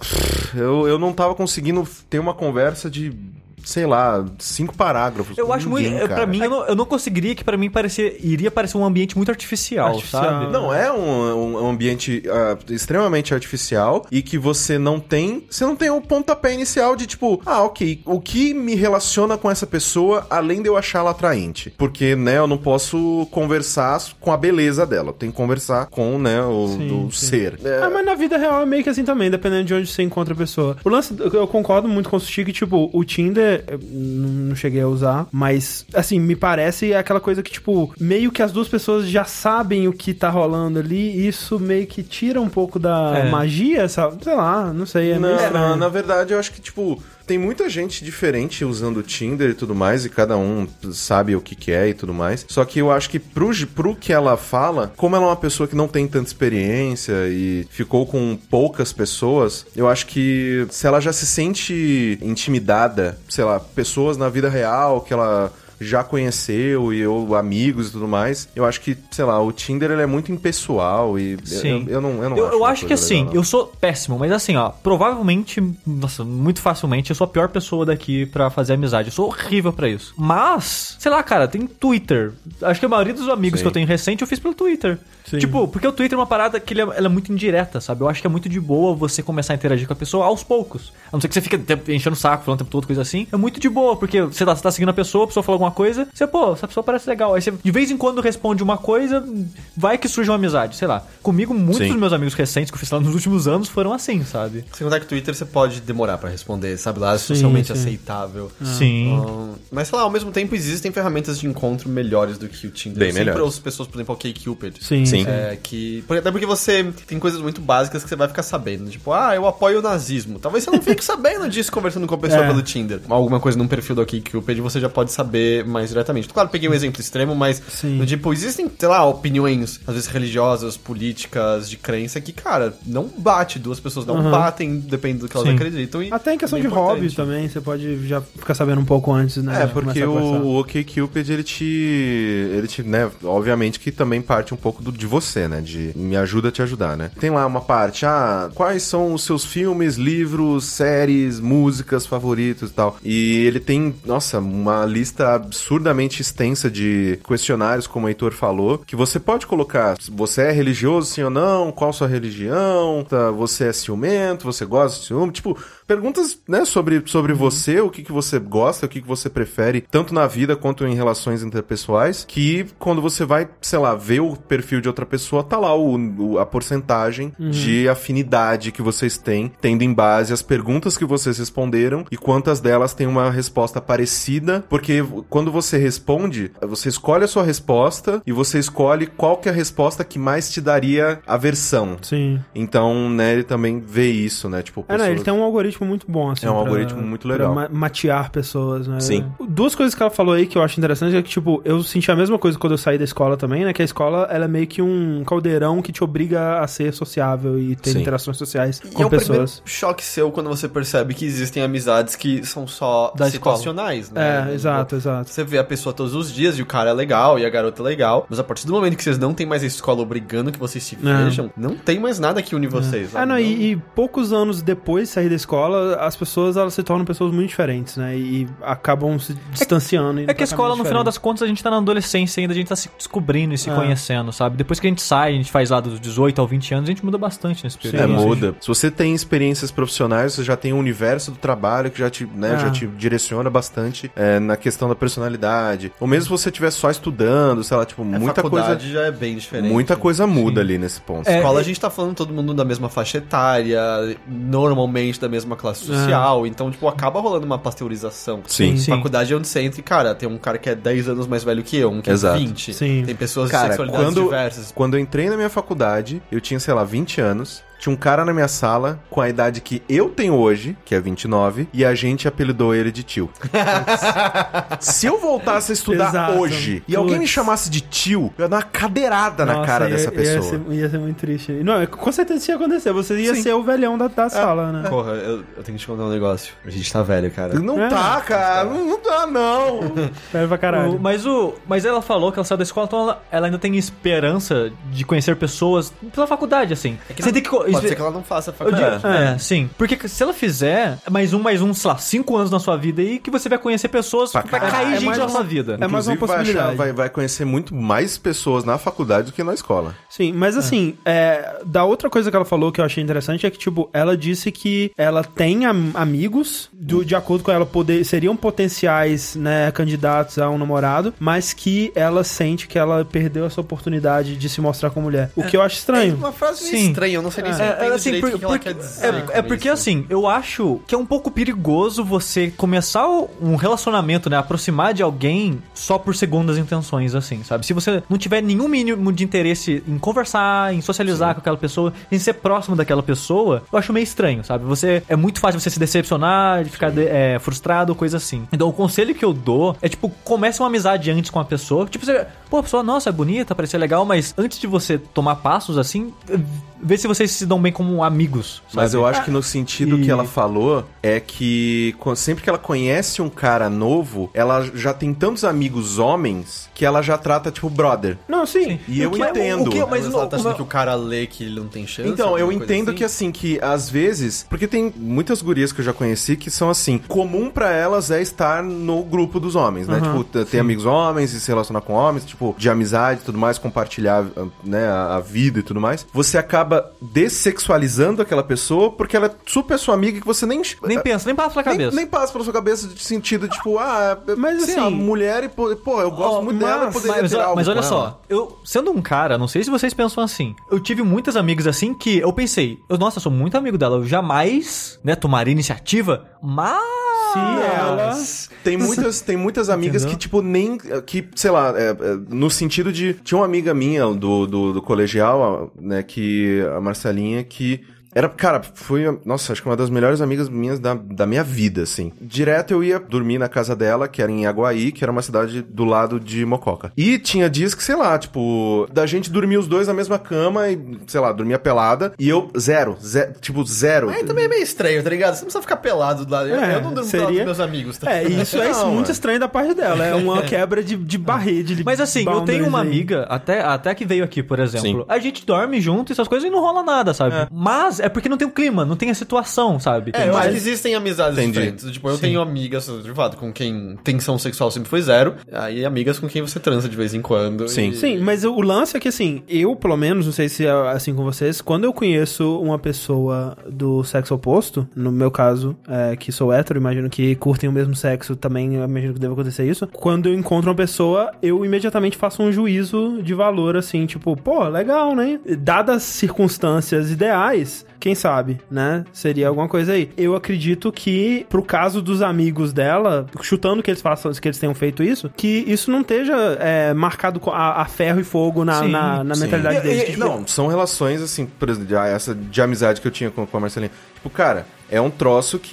eu não tava conseguindo ter uma conversa de... sei lá, 5 parágrafos. Eu acho muito... Pra mim, eu não conseguiria, que pra mim iria parecer um ambiente muito artificial, sabe? Não, é um ambiente extremamente artificial e que você não tem o pontapé inicial de tipo, ok, o que me relaciona com essa pessoa além de eu achá-la atraente? Porque, né, eu não posso conversar com a beleza dela, eu tenho que conversar com, né, o ser. Mas na vida real é meio que assim também, dependendo de onde você encontra a pessoa. O lance, eu concordo muito com o Sushi que, tipo, o Tinder não cheguei a usar, mas, assim, me parece aquela coisa que, tipo, meio que as duas pessoas já sabem o que tá rolando ali, e isso meio que tira um pouco da magia, sabe? Sei lá, não sei, meio estranho. Na verdade, eu acho que, tipo, tem muita gente diferente usando o Tinder e tudo mais, e cada um sabe o que é e tudo mais. Só que eu acho que pro que ela fala, como ela é uma pessoa que não tem tanta experiência e ficou com poucas pessoas, eu acho que se ela já se sente intimidada, sei lá, pessoas na vida real que ela já conheceu ou amigos e tudo mais, eu acho que, sei lá, o Tinder ele é muito impessoal e eu não acho que assim, legal, eu sou péssimo, mas assim, ó, provavelmente, nossa, muito facilmente, eu sou a pior pessoa daqui pra fazer amizade, eu sou horrível pra isso. Mas, sei lá, cara, tem Twitter. Acho que a maioria dos amigos que eu tenho recente eu fiz pelo Twitter. Sim. Tipo, porque o Twitter é uma parada que ela é muito indireta, sabe? Eu acho que é muito de boa você começar a interagir com a pessoa aos poucos. A não ser que você fique enchendo o saco, falando o tempo todo, coisa assim. É muito de boa, porque você tá seguindo a pessoa fala alguma coisa, você, essa pessoa parece legal. Aí você, de vez em quando, responde uma coisa, vai que surge uma amizade, sei lá. Comigo, muitos dos meus amigos recentes que eu fiz lá nos últimos anos foram assim, sabe? Sem contar que o Twitter você pode demorar pra responder, sabe? Lá é socialmente aceitável. Sim. Mas, sei lá, ao mesmo tempo existem ferramentas de encontro melhores do que o Tinder. Bem melhores. As pessoas, por exemplo, o OkCupid. Sim. Até porque você tem coisas muito básicas que você vai ficar sabendo. Tipo, eu apoio o nazismo. Talvez você não fique sabendo disso conversando com a pessoa pelo Tinder. Alguma coisa num perfil do OkCupid você já pode saber mais diretamente. Claro, peguei um exemplo extremo, mas tipo, existem, sei lá, opiniões, às vezes religiosas, políticas, de crença, que, cara, não bate. Duas pessoas não batem, depende do que elas acreditam. E até em questão de hobby também, você pode já ficar sabendo um pouco antes, né? Porque o OkCupid, ele te, né, obviamente que também parte um pouco de você, né, de me ajuda a te ajudar, né. Tem lá uma parte, quais são os seus filmes, livros, séries, músicas favoritos e tal. E ele tem, nossa, uma lista absurdamente extensa de questionários, como o Heitor falou, que você pode colocar, você é religioso, sim ou não, qual sua religião, você é ciumento, você gosta de ciúme, tipo, perguntas, né, sobre você, o que você gosta, o que você prefere, tanto na vida quanto em relações interpessoais, que quando você vai, sei lá, ver o perfil de outra pessoa, tá lá a porcentagem de afinidade que vocês têm, tendo em base as perguntas que vocês responderam e quantas delas têm uma resposta parecida, porque quando você responde, você escolhe a sua resposta e você escolhe qual que é a resposta que mais te daria aversão. Sim. Então, né, ele também vê isso, né, tipo... pessoas... ele tem um algoritmo muito bom, assim. É um algoritmo muito legal. Pra matear pessoas, né? Sim. Duas coisas que ela falou aí que eu acho interessante é que, tipo, eu senti a mesma coisa quando eu saí da escola também, né? Que a escola, ela é meio que um caldeirão que te obriga a ser sociável e ter interações sociais com pessoas. É um choque seu quando você percebe que existem amizades que são só situacionais, né? Exato. Exato. Você vê a pessoa todos os dias e o cara é legal e a garota é legal, mas a partir do momento que vocês não tem mais a escola obrigando que vocês se vejam, não tem mais nada que une vocês. Sabe? E poucos anos depois de sair da escola, as pessoas elas se tornam pessoas muito diferentes, né? E acabam se distanciando. É que a escola, no final das contas, a gente tá na adolescência ainda, a gente tá se descobrindo e se conhecendo, sabe? Depois que a gente sai, a gente faz lá dos 18 aos 20 anos, a gente muda bastante nesse período. Muda. Se você tem experiências profissionais, você já tem um universo do trabalho que já te direciona bastante na questão da personalidade. Ou mesmo se você estiver só estudando, sei lá, tipo, muita coisa... já é bem diferente. Muita coisa muda ali nesse ponto. Escola, a gente tá falando todo mundo da mesma faixa etária, normalmente da mesma classe social, então, tipo, acaba rolando uma pasteurização. Sim. Faculdade é onde você entra e, cara, tem um cara que é 10 anos mais velho que eu, um que é 20. Sim. Tem pessoas de Cara, sexualidades diversas. Quando eu entrei na minha faculdade, eu tinha, sei lá, 20 anos... Tinha um cara na minha sala com a idade que eu tenho hoje, que é 29, e a gente apelidou ele de tio. Se eu voltasse a estudar hoje e alguém me chamasse de tio, eu ia dar uma cadeirada na cara dessa pessoa. Ia ser muito triste. Não, com certeza isso ia acontecer. Você ia ser o velhão da sala, né? Porra, eu tenho que te contar um negócio. A gente tá velho, cara. Não tá, cara. Não dá, não. Velho pra caralho. Mas ela falou que ela saiu da escola, então ela ainda tem esperança de conhecer pessoas pela faculdade, assim. Você tem que... Pode ser que ela não faça a faculdade. Sim. Porque se ela fizer mais um, sei lá, 5 anos na sua vida aí, que você vai conhecer pessoas, vai cair gente na sua vida. É mais uma possibilidade. Vai conhecer muito mais pessoas na faculdade do que na escola. Sim, mas assim, da outra coisa que ela falou que eu achei interessante é que, tipo, ela disse que ela tem amigos, de acordo com ela, seriam potenciais, né, candidatos a um namorado, mas que ela sente que ela perdeu essa oportunidade de se mostrar como mulher. O que eu acho estranho. É uma frase meio estranha, eu não sei nem se eu entendo direito o que ela quer dizer. Porque assim, eu acho que é um pouco perigoso você começar um relacionamento, né, aproximar de alguém só por segundas intenções, assim, sabe? Se você não tiver nenhum mínimo de interesse em conversar, em socializar com aquela pessoa, em ser próximo daquela pessoa, eu acho meio estranho, sabe? É muito fácil você se decepcionar, de ficar frustrado, coisa assim. Então o conselho que eu dou é, tipo, comece uma amizade antes com a pessoa, tipo, a pessoa, nossa, é bonita, parece legal, mas antes de você tomar passos, assim, vê se vocês se dão bem como amigos, sabe? Mas eu acho que no sentido que ela falou é que sempre que ela conhece um cara novo, ela já tem tantos amigos homens que ela já trata tipo brother. Não, sim. E eu entendo. Mas ela tá achando que o cara lê que ele não tem chance? Então, eu entendo que assim, que às vezes... Porque tem muitas gurias que eu já conheci que são assim, comum pra elas é estar no grupo dos homens, né? Tipo, ter amigos homens e se relacionar com homens, tipo, de amizade e tudo mais, compartilhar, né, a vida e tudo mais. Você acaba dessexualizando aquela pessoa porque ela é super sua amiga que você nem pensa, nem passa pela cabeça. Nem passa pela sua cabeça de sentido, tipo, mas assim, a mulher e, pô, eu gosto muito dela, eu poderia ter algo mas olha com só, eu, sendo um cara, não sei se vocês pensam assim, eu tive muitas amigas assim que eu pensei, nossa, eu sou muito amigo dela, eu jamais, né, tomaria iniciativa, mas... Tem muitas amigas que, tipo, nem... Que, sei lá, no sentido de... Tinha uma amiga minha do colegial, né, a Marcelinha, que... Era, cara, foi, nossa, acho que uma das melhores amigas minhas da minha vida, assim. Direto eu ia dormir na casa dela, que era em Aguaí, que era uma cidade do lado de Mococa. E tinha dias que, sei lá, tipo, da gente dormir os dois na mesma cama e, sei lá, dormia pelada. E eu, zero. Mas também é meio estranho, tá ligado? Você não precisa ficar pelado do lado. Eu não durmo do lado dos meus amigos, tá? Isso é muito estranho da parte dela. É uma quebra de barreira, de Mas assim, eu tenho uma amiga, até que veio aqui, por exemplo. Sim. A gente dorme junto e essas coisas e não rola nada, sabe? Mas é porque não tem o clima, não tem a situação, sabe? Eu acho que existem amizades diferentes. Tipo, eu tenho amigas, de fato, com quem tensão sexual sempre foi zero. Aí amigas com quem você transa de vez em quando. Sim, mas o lance é que, assim, eu, pelo menos, não sei se é assim com vocês, quando eu conheço uma pessoa do sexo oposto, no meu caso, que sou hétero, imagino que curtem o mesmo sexo, também imagino que deve acontecer isso. Quando eu encontro uma pessoa, eu imediatamente faço um juízo de valor, assim, tipo, pô, legal, né? Dadas circunstâncias ideais, quem sabe, né? Seria alguma coisa aí. Eu acredito que, pro caso dos amigos dela, chutando que eles tenham feito isso, que isso não esteja marcado a ferro e fogo na mentalidade deles. Não, são relações, assim, por exemplo, essa de amizade que eu tinha com a Marcelinha. Tipo, cara, é um troço que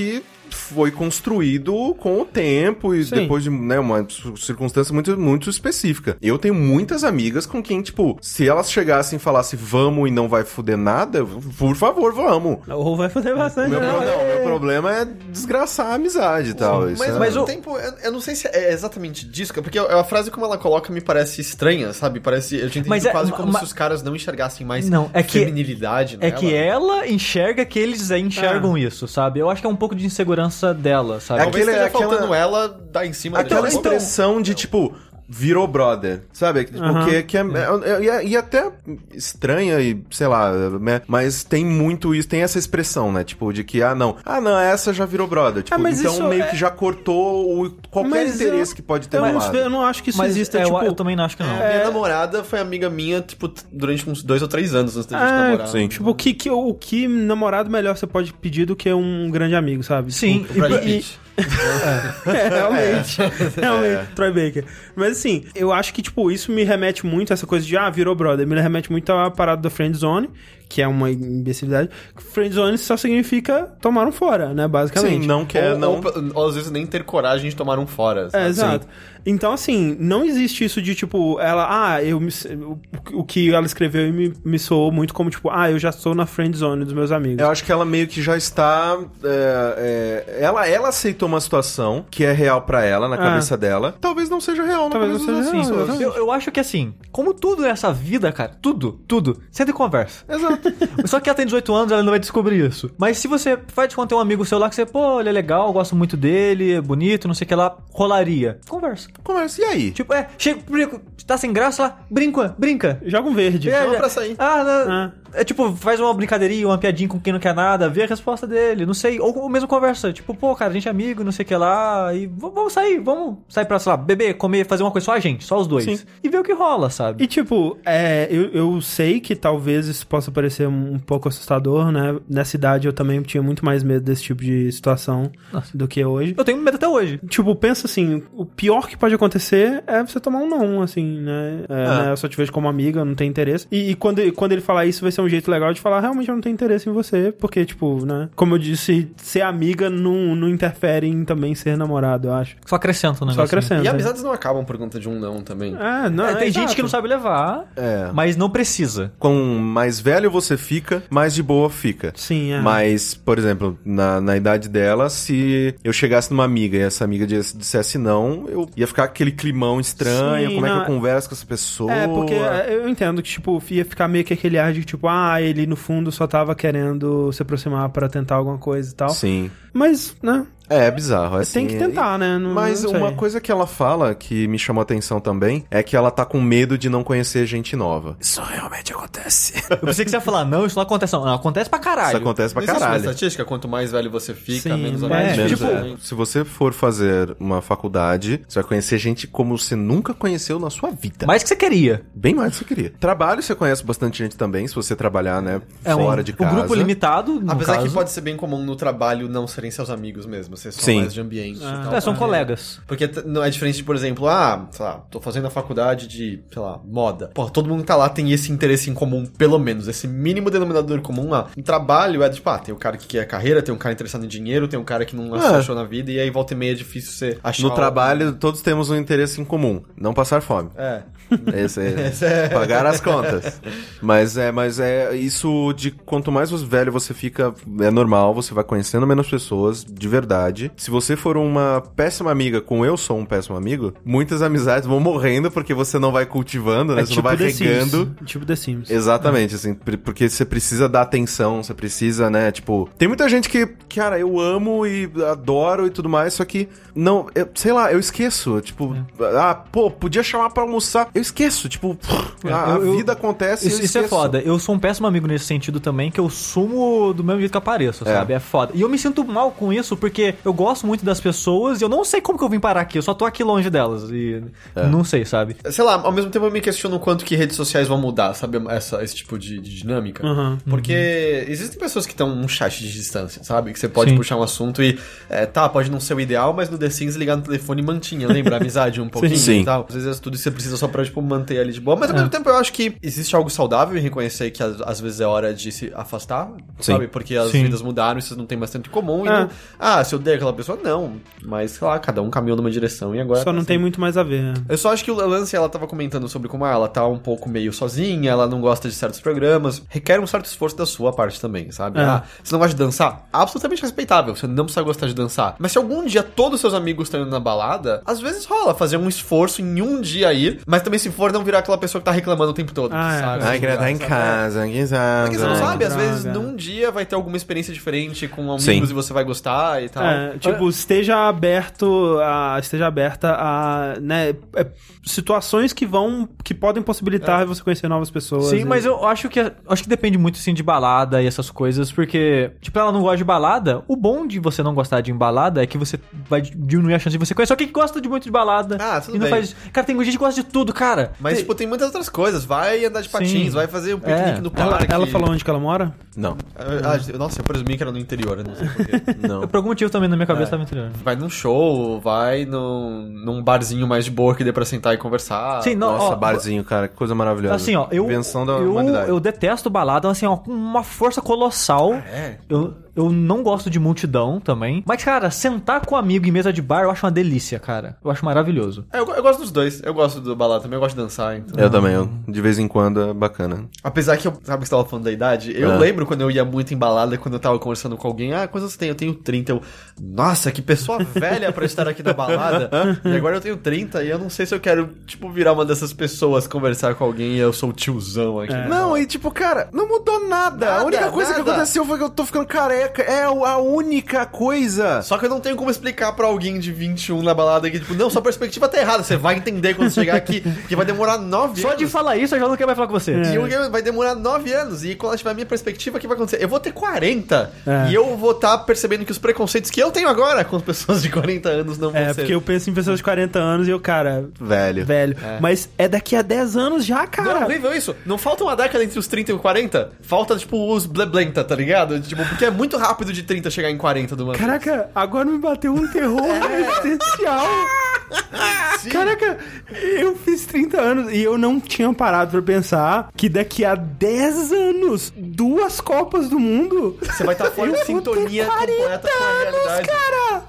foi construído com o tempo e depois de, né, uma circunstância muito, muito específica. Eu tenho muitas amigas com quem, tipo, se elas chegassem e falassem vamos e não vai fuder nada, por favor, vamos. Ou vai fuder bastante. Meu problema é desgraçar a amizade e tal. Mas ao tempo, eu não sei se é exatamente disso, porque a frase como ela coloca me parece estranha, sabe? Parece, eu tinha entendido quase como se os caras não enxergassem mais feminilidade nela. É que ela enxerga que eles enxergam isso, sabe? Eu acho que é um pouco de insegurança dela, sabe? Talvez esteja faltando ela dar em cima aquela expressão de, tipo... virou brother, sabe? Porque e até estranha e, sei lá, né? Mas tem muito isso, tem essa expressão, né? Tipo, de que, não, essa já virou brother. Tipo, então meio que já cortou qualquer interesse que pode ter rolado. Eu não acho que isso exista, eu também não acho que não. Minha namorada foi amiga minha, tipo, durante uns 2 ou 3 anos antes da gente namorar. Sim. Tipo, o que namorado melhor você pode pedir do que um grande amigo, sabe? Sim. Tipo, realmente. Troy Baker. Mas assim, eu acho que, tipo, isso me remete muito a essa coisa de, virou brother. Me remete muito à parada da friendzone, que é uma imbecilidade. Friendzone só significa tomar um fora, né, basicamente. Sim, não quer, ou às vezes nem ter coragem de tomar um fora. Sabe? Exato. Então, assim, não existe isso de, tipo, ela, o que ela escreveu me soou muito como, tipo, eu já estou na friendzone dos meus amigos. Eu acho que ela meio que já está... ela aceitou uma situação que é real pra ela, na cabeça dela. Talvez não seja real na cabeça das pessoas. Eu acho que, assim, como tudo nessa vida, cara, tudo, senta e conversa. Exato. Só que ela tem 18 anos, ela não vai descobrir isso. Mas se você faz com ter um amigo seu lá que você, ele é legal, eu gosto muito dele, é bonito, não sei o que lá, rolaria. Conversa. E aí? Tipo, chega, tá sem graça lá, brinca. Joga um verde. Chama pra sair. É tipo, faz uma brincadeirinha, uma piadinha com quem não quer nada, vê a resposta dele, não sei. Ou mesmo conversa, tipo, cara, a gente é amigo, não sei o que lá, e vamos sair pra, sei lá, beber, comer, fazer uma coisa só a gente, só os dois. Sim. E ver o que rola, sabe? E tipo, eu sei que talvez isso possa parecer um pouco assustador, né? Nessa idade eu também tinha muito mais medo desse tipo de situação do que hoje. Eu tenho medo até hoje. Tipo, pensa assim, o pior que pode acontecer é você tomar um não, assim, né? Eu só te vejo como amiga, eu não tenho interesse. E quando ele falar isso, vai ser um jeito legal de falar, realmente eu não tenho interesse em você, porque, tipo, né? Como eu disse, ser amiga não interfere em também ser namorado, eu acho. Só acrescenta, né? Só acrescenta. E amizades não acabam por conta de um não também. Tem gente que não sabe levar, mas não precisa. Quanto mais velho você fica, mais de boa fica. Sim, Mas, por exemplo, na idade dela, se eu chegasse numa amiga e essa amiga dissesse não, eu ia ficar aquele climão estranho, como é que eu converso com essa pessoa? Porque eu entendo que, tipo, ia ficar meio que aquele ar de, tipo, ele no fundo só tava querendo se aproximar pra tentar alguma coisa e tal. Sim. Mas, né? É bizarro, assim. Tem que tentar, né? Mas uma coisa que ela fala, que me chamou a atenção também, é que ela tá com medo de não conhecer gente nova. Isso realmente acontece. Eu pensei que você ia falar, não, isso não acontece. Não, acontece pra caralho. Isso acontece pra caralho. Existe uma estatística, quanto mais velho você fica, menos amigos. Se você for fazer uma faculdade, você vai conhecer gente como você nunca conheceu na sua vida. Mais que você queria. Bem mais do que você queria. Trabalho, você conhece bastante gente também, se você trabalhar, né, fora de casa. Um grupo limitado, apesar que pode ser bem comum no trabalho não serem seus amigos mesmo, vocês são mais de ambiente e tal. São colegas. Porque não é diferente de, por exemplo, sei lá, tô fazendo a faculdade de, sei lá, moda. Porra, todo mundo que tá lá tem esse interesse em comum, pelo menos, esse mínimo denominador comum lá. Em trabalho tipo, tem um cara que quer carreira, tem um cara interessado em dinheiro, tem um cara que não se achou na vida, e aí volta e meia é difícil você achar. No trabalho, todos temos um interesse em comum, não passar fome. Esse é pagar as contas. Mas isso de quanto mais velho você fica, é normal, você vai conhecendo menos pessoas, de verdade. Se você for uma péssima amiga, como eu sou um péssimo amigo, muitas amizades vão morrendo porque você não vai cultivando, né? Você não vai regando. Tipo The Sims. Exatamente, assim, porque você precisa dar atenção, você precisa, né, tipo... Tem muita gente que, cara, eu amo e adoro e tudo mais, só que, não, sei lá, eu esqueço, tipo, podia chamar pra almoçar, eu esqueço, tipo, a vida acontece e eu Isso é foda, eu sou um péssimo amigo nesse sentido também, que eu sumo do mesmo jeito que apareço, sabe? É foda. E eu me sinto mal com isso, porque eu gosto muito das pessoas e eu não sei como que eu vim parar aqui, eu só tô aqui longe delas e não sei, sabe? Sei lá, ao mesmo tempo eu me questiono o quanto que redes sociais vão mudar, sabe? Esse tipo de dinâmica. Porque existem pessoas que estão num chat de distância, sabe? Que você pode puxar um assunto e, pode não ser o ideal, mas no The Sims ligar no telefone mantinha, lembra? A amizade um pouquinho e tal. Às vezes é tudo que você precisa só pra, tipo, manter ali de boa. Mas ao mesmo tempo eu acho que existe algo saudável em reconhecer que às vezes é hora de se afastar, sabe? Porque as vidas mudaram e vocês não têm mais tanto em comum. se eu odeio aquela pessoa, não. Mas, sei lá, cada um caminhou numa direção e agora... Só não tem muito mais a ver, né? Eu só acho que o lance, ela tava comentando sobre como ela tá um pouco meio sozinha, ela não gosta de certos programas, requer um certo esforço da sua parte também, sabe? Você não gosta de dançar? Absolutamente respeitável, você não precisa gostar de dançar. Mas se algum dia todos os seus amigos estão indo na balada, às vezes rola fazer um esforço em um dia ir, mas também se for não virar aquela pessoa que tá reclamando o tempo todo, sabe? Ai, queria estar em casa, quem sabe? Porque você não sabe, às vezes num dia vai ter alguma experiência diferente com amigos e você vai gostar e tal. Esteja aberta a, né, situações que podem possibilitar você conhecer novas pessoas. Sim, mas eu acho que depende muito, assim, de balada e essas coisas, porque, tipo, ela não gosta de balada, o bom de você não gostar de balada é que você vai diminuir a chance de você conhecer alguém que gosta muito de balada. Tudo e não bem. faz... Cara, tem gente que gosta de tudo, cara. Mas, tipo, tem muitas outras coisas. Vai andar de patins, vai fazer um piquenique no parque. Ela falou onde que ela mora? Não. Nossa, eu presumi que era no interior, eu não sei porquê. Não. Por algum motivo também na minha cabeça tava interior. Vai num show, vai num barzinho mais de boa que dê pra sentar e conversar. Sim, Nossa, barzinho, cara, que coisa maravilhosa. Assim, ó, Invenção da humanidade. Eu detesto balada, assim, ó, com uma força colossal. Eu não gosto de multidão também. Mas, cara, sentar com um amigo em mesa de bar, eu acho uma delícia, cara. Eu acho maravilhoso. Eu gosto dos dois. Eu gosto do balada também, eu gosto de dançar. Então... Eu também, de vez em quando é bacana. Apesar que sabe que você tava falando da idade? Eu lembro quando eu ia muito em balada, quando eu tava conversando com alguém, quantos você tem? Eu tenho 30. Nossa, que pessoa velha pra estar aqui na balada. E agora eu tenho 30 e eu não sei se eu quero, tipo, virar uma dessas pessoas, conversar com alguém e eu sou o tiozão aqui. Não, e tipo, cara, não mudou nada. A única coisa que aconteceu foi que eu tô ficando careca. É a única coisa. Só que eu não tenho como explicar pra alguém de 21 na balada que, tipo, não, sua perspectiva tá errada. Você vai entender quando chegar aqui, porque vai demorar 9 anos. Só de falar isso, eu já não quero mais falar com você. E o game vai demorar 9 anos. E quando ela tiver a minha perspectiva, o que vai acontecer? Eu vou ter 40. E eu vou estar percebendo que os preconceitos que eu tenho agora com as pessoas de 40 anos não vão ser. Porque eu penso em pessoas de 40 anos e eu, cara... Velho. Mas é daqui a 10 anos já, cara. Não é horrível isso. Não falta uma década entre os 30 e os 40. Falta, tipo, os bleblenta, tá ligado? Tipo, porque é muito rápido de 30 chegar em 40 do ano. Caraca, agora me bateu um terror existencial. Caraca, eu fiz 30 anos e eu não tinha parado pra pensar que daqui a 10 anos, 2 Copas do Mundo... Você vai estar fora de sintonia completa com a realidade. Cara!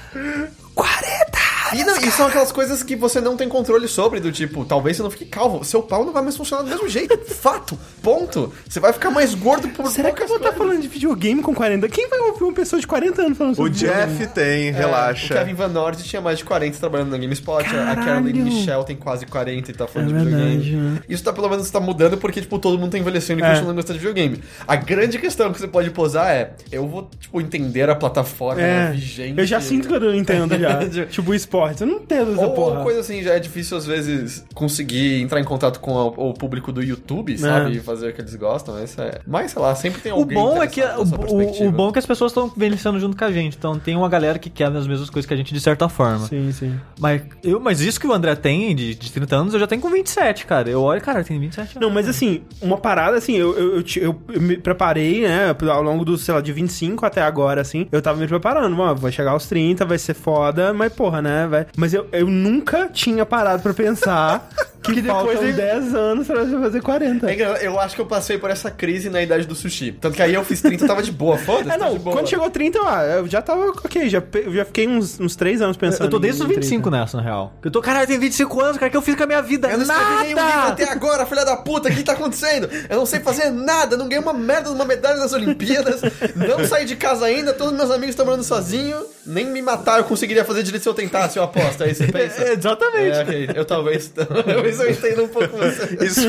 40! E são aquelas coisas que você não tem controle sobre, do tipo, talvez você não fique calvo, seu pau não vai mais funcionar do mesmo jeito. Fato. Ponto. Você vai ficar mais gordo por Será que eu vou estar falando de videogame com 40? Quem vai ouvir uma pessoa de 40 anos falando sobre O Jeff tem, relaxa. O Kevin Van Nord tinha mais de 40 trabalhando na GameSpot. A Caroline Michel tem quase 40 e tá falando de videogame. Né? Isso pelo menos tá mudando porque, tipo, todo mundo tá envelhecendo e continua gostando de videogame. A grande questão que você pode posar é, eu vou, tipo, entender a plataforma vigente. Eu já sinto que eu não entendo já. Tipo, esportes. Eu não entendo essa porra. Ou coisa assim, já é difícil às vezes conseguir entrar em contato com o público do YouTube, sabe? E fazer o que eles gostam. Mas, sei lá, sempre tem alguém. O bom é que o bom é que as pessoas estão envelhecendo junto com a gente. Então tem uma galera que quer as mesmas coisas que a gente de certa forma. Sim. Mas isso que o André tem de 30 anos, eu já tenho com 27, cara. Eu olho, cara, tem 27 anos. Não, mas assim, uma parada assim, eu me preparei, né, ao longo do, sei lá, de 25 até agora, assim, eu tava me preparando, mano, vai chegar aos 30, vai ser foda, mas porra, né, mas eu nunca tinha parado pra pensar que depois de 10 anos pra você fazer 40. Eu acho que eu passei por essa crise na idade do sushi. Tanto que aí eu fiz 30 e tava de boa, foda-se. Não, quando chegou 30, eu já tava ok, já fiquei uns 3 anos pensando. Eu tô desde os 25 nessa, na real. Caralho, eu tenho 25 anos, cara, que eu fiz com a minha vida? Eu não escrevi nenhum livro até agora, filha da puta, o que tá acontecendo? Eu não sei fazer nada, não ganhei uma merda de uma medalha nas Olimpíadas, não saí de casa ainda, todos meus amigos estão morando sozinho, nem me matar eu conseguiria fazer direito se eu tentasse, eu aposto, aí você pensa. Exatamente. Okay. Eu talvez eu entendo um pouco você. Isso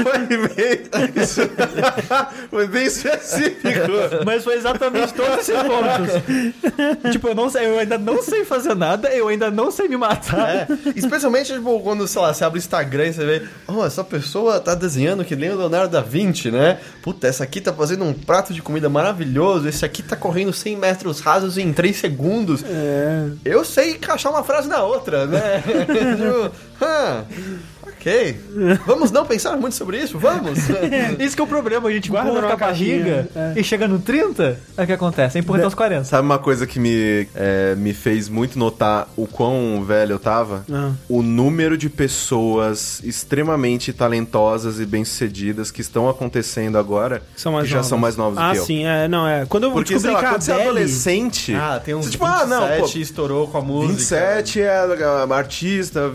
foi bem específico. Mas foi exatamente todos esses pontos. Tipo, eu ainda não sei fazer nada, eu ainda não sei me matar. Especialmente, tipo, quando, sei lá, você abre o Instagram e você vê, essa pessoa tá desenhando que nem o Leonardo da Vinci, né? Puta, essa aqui tá fazendo um prato de comida maravilhoso, esse aqui tá correndo 100 metros rasos em 3 segundos. Eu sei encaixar uma frase na outra, né? Ok. Vamos não pensar muito sobre isso? Vamos? Isso que é o problema, a gente Guarda empurra com numa a barriga caixinha, e chega no 30, é o que acontece, é empurra até os 40. Sabe uma coisa que me fez muito notar o quão velho eu tava? O número de pessoas extremamente talentosas e bem-sucedidas que estão acontecendo agora, que já são mais novos do que eu. Sim, Quando eu Porque, descobri sei lá, que a quando você é Adele... adolescente... Tem uns você, 27 e estourou com a música. 27 é artista,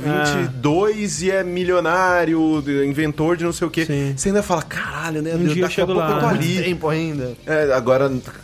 22 e é milionário, inventor de não sei o quê. Sim. Você ainda fala, caralho, né? Dia eu Daqui a chego pouco lá. eu tô Muito ali. tempo ainda. Agora...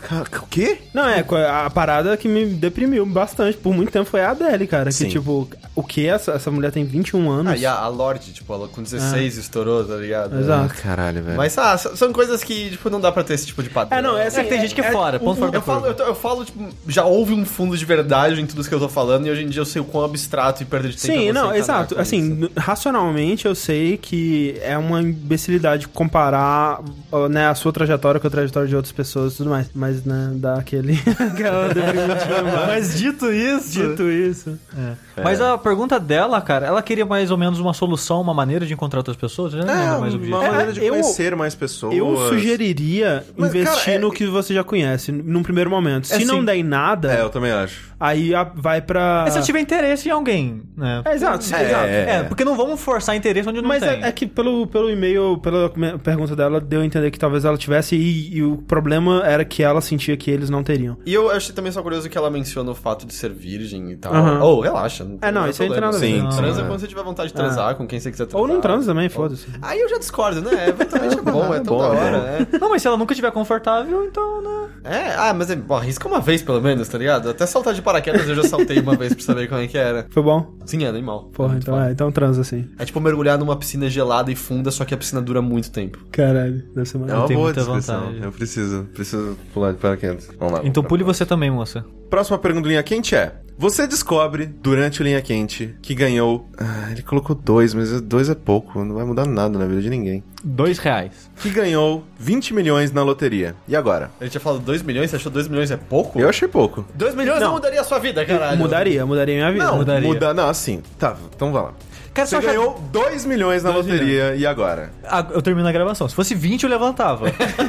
O quê? Não, a parada que me deprimiu bastante por muito tempo foi a Adele, cara. Sim. Que, tipo, o que? Essa mulher tem 21 anos. E a Lorde, tipo, ela com 16 estourou, tá ligado? Exato. Caralho, velho. Mas, são coisas que, tipo, não dá pra ter esse tipo de padrão. É assim, que tem gente que é fora, ponto fora da curva. Eu falo, tipo, já houve um fundo de verdade em tudo isso que eu tô falando, e hoje em dia eu sei o quão abstrato e perda de tempo Sim, é você não, encarar exato. com Assim, isso. racionalmente eu sei que é uma imbecilidade comparar, né, a sua trajetória com a trajetória de outras pessoas e tudo mais. Mas, né, dá aquela deprimitiva. Mas dito isso... Mas a pergunta dela, cara, ela queria mais ou menos uma solução, uma maneira de encontrar outras pessoas? Eu já não lembro mais o objetivo. Uma maneira de eu- conhecer mais pessoas. Eu sugeriria Mas, investir cara, no que você já conhece, num primeiro momento. Se É, não sim. der em nada, Eu também acho. aí vai pra... Mas se eu tiver interesse em alguém, né? Exato, exato. Porque não vamos forçar interesse onde não Mas tem. é que pelo e-mail, pela pergunta dela, deu a entender que talvez ela tivesse e o problema era que ela sentia que eles não teriam. E eu achei também só curioso que ela menciona o fato de ser virgem e tal. Aham. Relaxa. Não tem não, nenhum isso aí não tem problema. nada a ver. Sim, Transa sim, quando você tiver vontade de transar com quem você quiser transar. Ou não transa também, foda-se. Aí eu já discordo, né? Eventualmente é bom, é tão da hora, né? Não, mas se ela nunca estiver confortável, então, né? Mas arrisca uma vez pelo menos, tá ligado? Até saltar de paraquedas eu já saltei uma vez pra saber como é que era. Foi bom? Sim, é animal. Porra, Muito então foda. então transa assim. É tipo mergulhar numa piscina gelada e funda, só que a piscina dura muito tempo. Caralho, deve ser É maneiro. uma tenho boa muita descrição. vontade. Eu preciso pular de paraquedas. Vamos lá. Então pule você também, moça. Próxima pergunta do Linha Quente é... Você descobre, durante o Linha Quente, que ganhou... ele colocou 2, mas 2 é pouco. Não vai mudar nada na vida de ninguém. R$2. Que ganhou 20 milhões na loteria. E agora? A gente tinha falado 2 milhões, você achou 2 milhões é pouco? Eu achei pouco. 2 milhões não mudaria a sua vida, caralho. Mudaria minha vida. Não, mudaria. Não, assim. Tá, então vai lá. Cara, Você só ganhou 2 milhões na 2 loteria. E agora? Eu termino a gravação. Se fosse 20, eu levantava.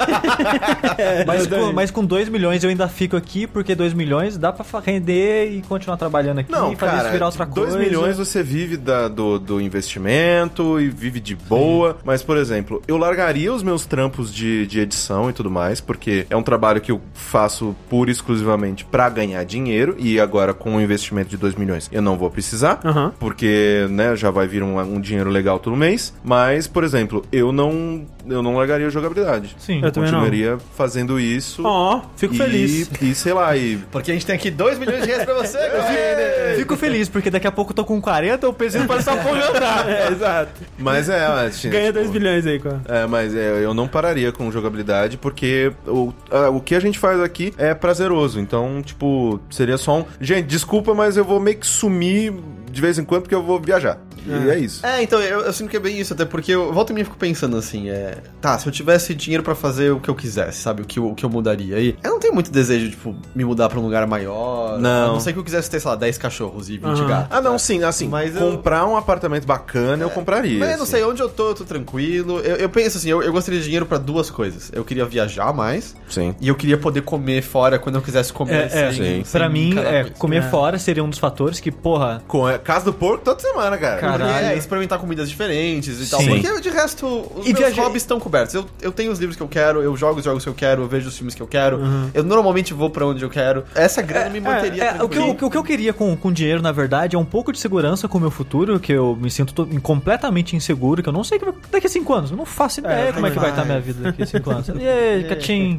mas com 2 milhões eu ainda fico aqui, porque 2 milhões dá pra render e continuar trabalhando aqui Não, e fazer cara, isso virar outra 2 coisa. milhões você vive do investimento e vive de boa. Mas, por exemplo, eu largaria os meus trampos de edição e tudo mais, porque é um trabalho que eu faço pura e exclusivamente pra ganhar dinheiro. E agora, com o investimento de 2 milhões, eu não vou precisar. Aham. Porque, né, já vai vir um dinheiro legal todo mês. Mas, por exemplo, eu não largaria a jogabilidade. Sim. Eu também não. Continuaria fazendo isso. Fico feliz. E sei lá, Porque a gente tem aqui 2 milhões de reais pra você, meu filho. Fico feliz, porque daqui a pouco eu tô com 40, eu preciso para essa porra. Exato. Mas gente, Ganha 2 tipo, bilhões aí, cara. Mas eu não pararia com jogabilidade, porque o que a gente faz aqui é prazeroso. Então, tipo, seria só um... Gente, desculpa, mas eu vou meio que sumir de vez em quando, porque eu vou viajar. E é isso. Então, eu sinto que é bem isso, até porque eu volta e meia fico pensando assim, se eu tivesse dinheiro pra fazer o que eu quisesse, sabe, o que eu mudaria. E eu não tenho muito desejo, tipo, me mudar pra um lugar maior. Não. A não ser que eu quisesse ter, sei lá, 10 cachorros e 20 gatos. Não, né? sim, assim, Mas comprar um apartamento bacana, eu compraria. Mas eu não assim. sei, onde eu tô tranquilo. Eu penso assim, eu gostaria de dinheiro pra 2 coisas. Eu queria viajar mais. Sim. E eu queria poder comer fora quando eu quisesse comer sim. Pra mim, encarar comer fora seria um dos fatores que, porra... Casa do porco toda semana, cara. Caralho. Experimentar comidas diferentes e tal. Sim. Porque de resto, os E meus viajar- hobbies estão cobertos. Eu tenho os livros que eu quero, eu jogo os jogos que eu quero, eu vejo os filmes que eu quero. Eu normalmente vou pra onde eu quero. Essa grana me manteria tranquilo. O que eu queria com dinheiro, na verdade, é um pouco de segurança com o meu futuro, que eu me sinto completamente inseguro, que eu não sei que daqui a 5 anos. Eu não faço ideia como é que vai estar a minha vida daqui a 5 anos. E aí, catim...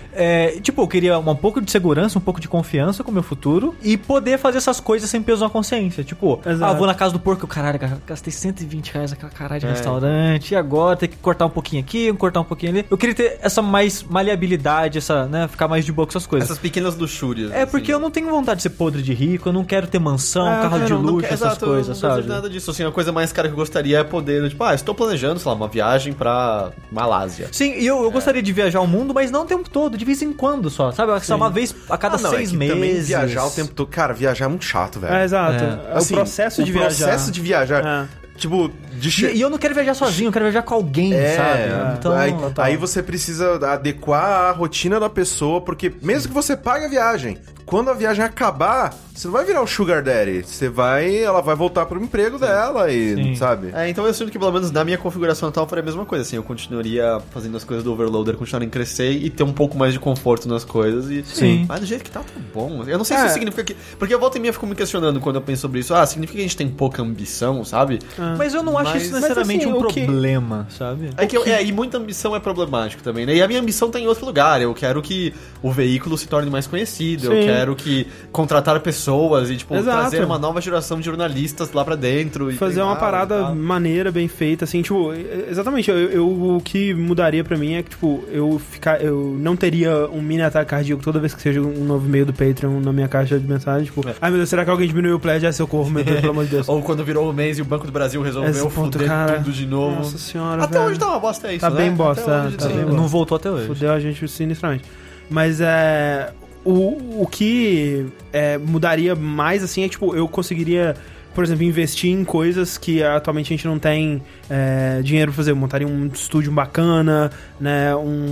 eu queria um pouco de segurança, um pouco de confiança com o meu futuro e poder fazer essas coisas sem peso na consciência. Tipo, Exato. vou na casa do porco, caralho, gastei 120 reais naquela caralho de restaurante, e agora tem que cortar um pouquinho aqui, cortar um pouquinho ali. Eu queria ter essa mais maleabilidade, ficar mais de boa com essas coisas. Essas pequenas luxúrias. Porque eu não tenho vontade de ser podre de rico, eu não quero ter mansão, carro de não luxo, quero- essas exato, coisas, não sabe? desejo nada disso. Assim, a coisa mais cara que eu gostaria é poder, tipo, estou planejando, sei lá, uma viagem pra Malásia. Sim, e eu gostaria de viajar o mundo, mas não o tempo todo, de vez em quando só, sabe? Só uma vez a cada 6 que meses. também viajar o tempo todo. Cara, viajar é muito chato, velho. Exato. É. O processo de viajar. processo de viajar. Tipo, E eu não quero viajar sozinho, eu quero viajar com alguém, sabe? Então, aí você precisa adequar a rotina da pessoa, porque mesmo que você pague a viagem, quando a viagem acabar, você não vai virar o Sugar Daddy. Ela vai voltar pro emprego dela e, sabe? Então eu sinto que pelo menos na minha configuração atual faria a mesma coisa, assim, eu continuaria fazendo as coisas do Overloader, continuarem a crescer e ter um pouco mais de conforto nas coisas e... Sim. Mas do jeito que tá bom. Eu não sei se isso significa que... Porque a volta e meia fico me questionando quando eu penso sobre isso. Significa que a gente tem pouca ambição, sabe? Mas eu não acho isso necessariamente um problema, sabe? E muita ambição é problemático também, né? E a minha ambição tá em outro lugar. Eu quero que o veículo se torne mais conhecido. Eu quero que contratar pessoas e, tipo, trazer uma nova geração de jornalistas lá pra dentro. E fazer uma parada maneira, bem feita, assim, tipo... Exatamente. O que mudaria pra mim é que, tipo, eu não teria um mini ataque cardíaco toda vez que seja um novo e-mail do Patreon na minha caixa de mensagem, tipo... Ai, meu Deus, será que alguém diminuiu o pledge? Socorro, meu Deus, pelo amor de Deus. Ou quando virou o mês e o Banco do Brasil resolveu foder tudo de novo. Nossa senhora, até hoje tá uma bosta, isso, tá né? Bem bosta, tá bem bosta. Não voltou até hoje. Fudeu a gente sinistramente. Mas o que mudaria mais, assim, é tipo, eu conseguiria, por exemplo, investir em coisas que atualmente a gente não tem dinheiro pra fazer. Eu montaria um estúdio bacana, né?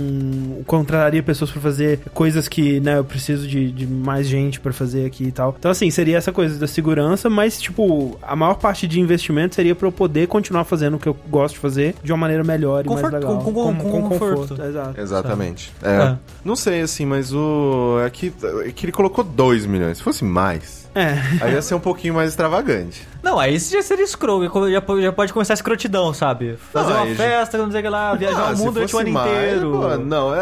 Contrataria pessoas pra fazer coisas que, né, eu preciso de mais gente pra fazer aqui e tal. Então, assim, seria essa coisa da segurança, mas, tipo, a maior parte de investimento seria pra eu poder continuar fazendo o que eu gosto de fazer de uma maneira melhor e mais legal. Com conforto. Exato. Exatamente. Não sei, assim, mas é que ele colocou 2 milhões. Se fosse mais... Aí ia ser um pouquinho mais extravagante. Não, aí isso já seria escroto. Já pode começar a escrotidão, sabe? Fazer uma festa, não sei o que lá, viajar o mundo durante o ano inteiro. Pô, não,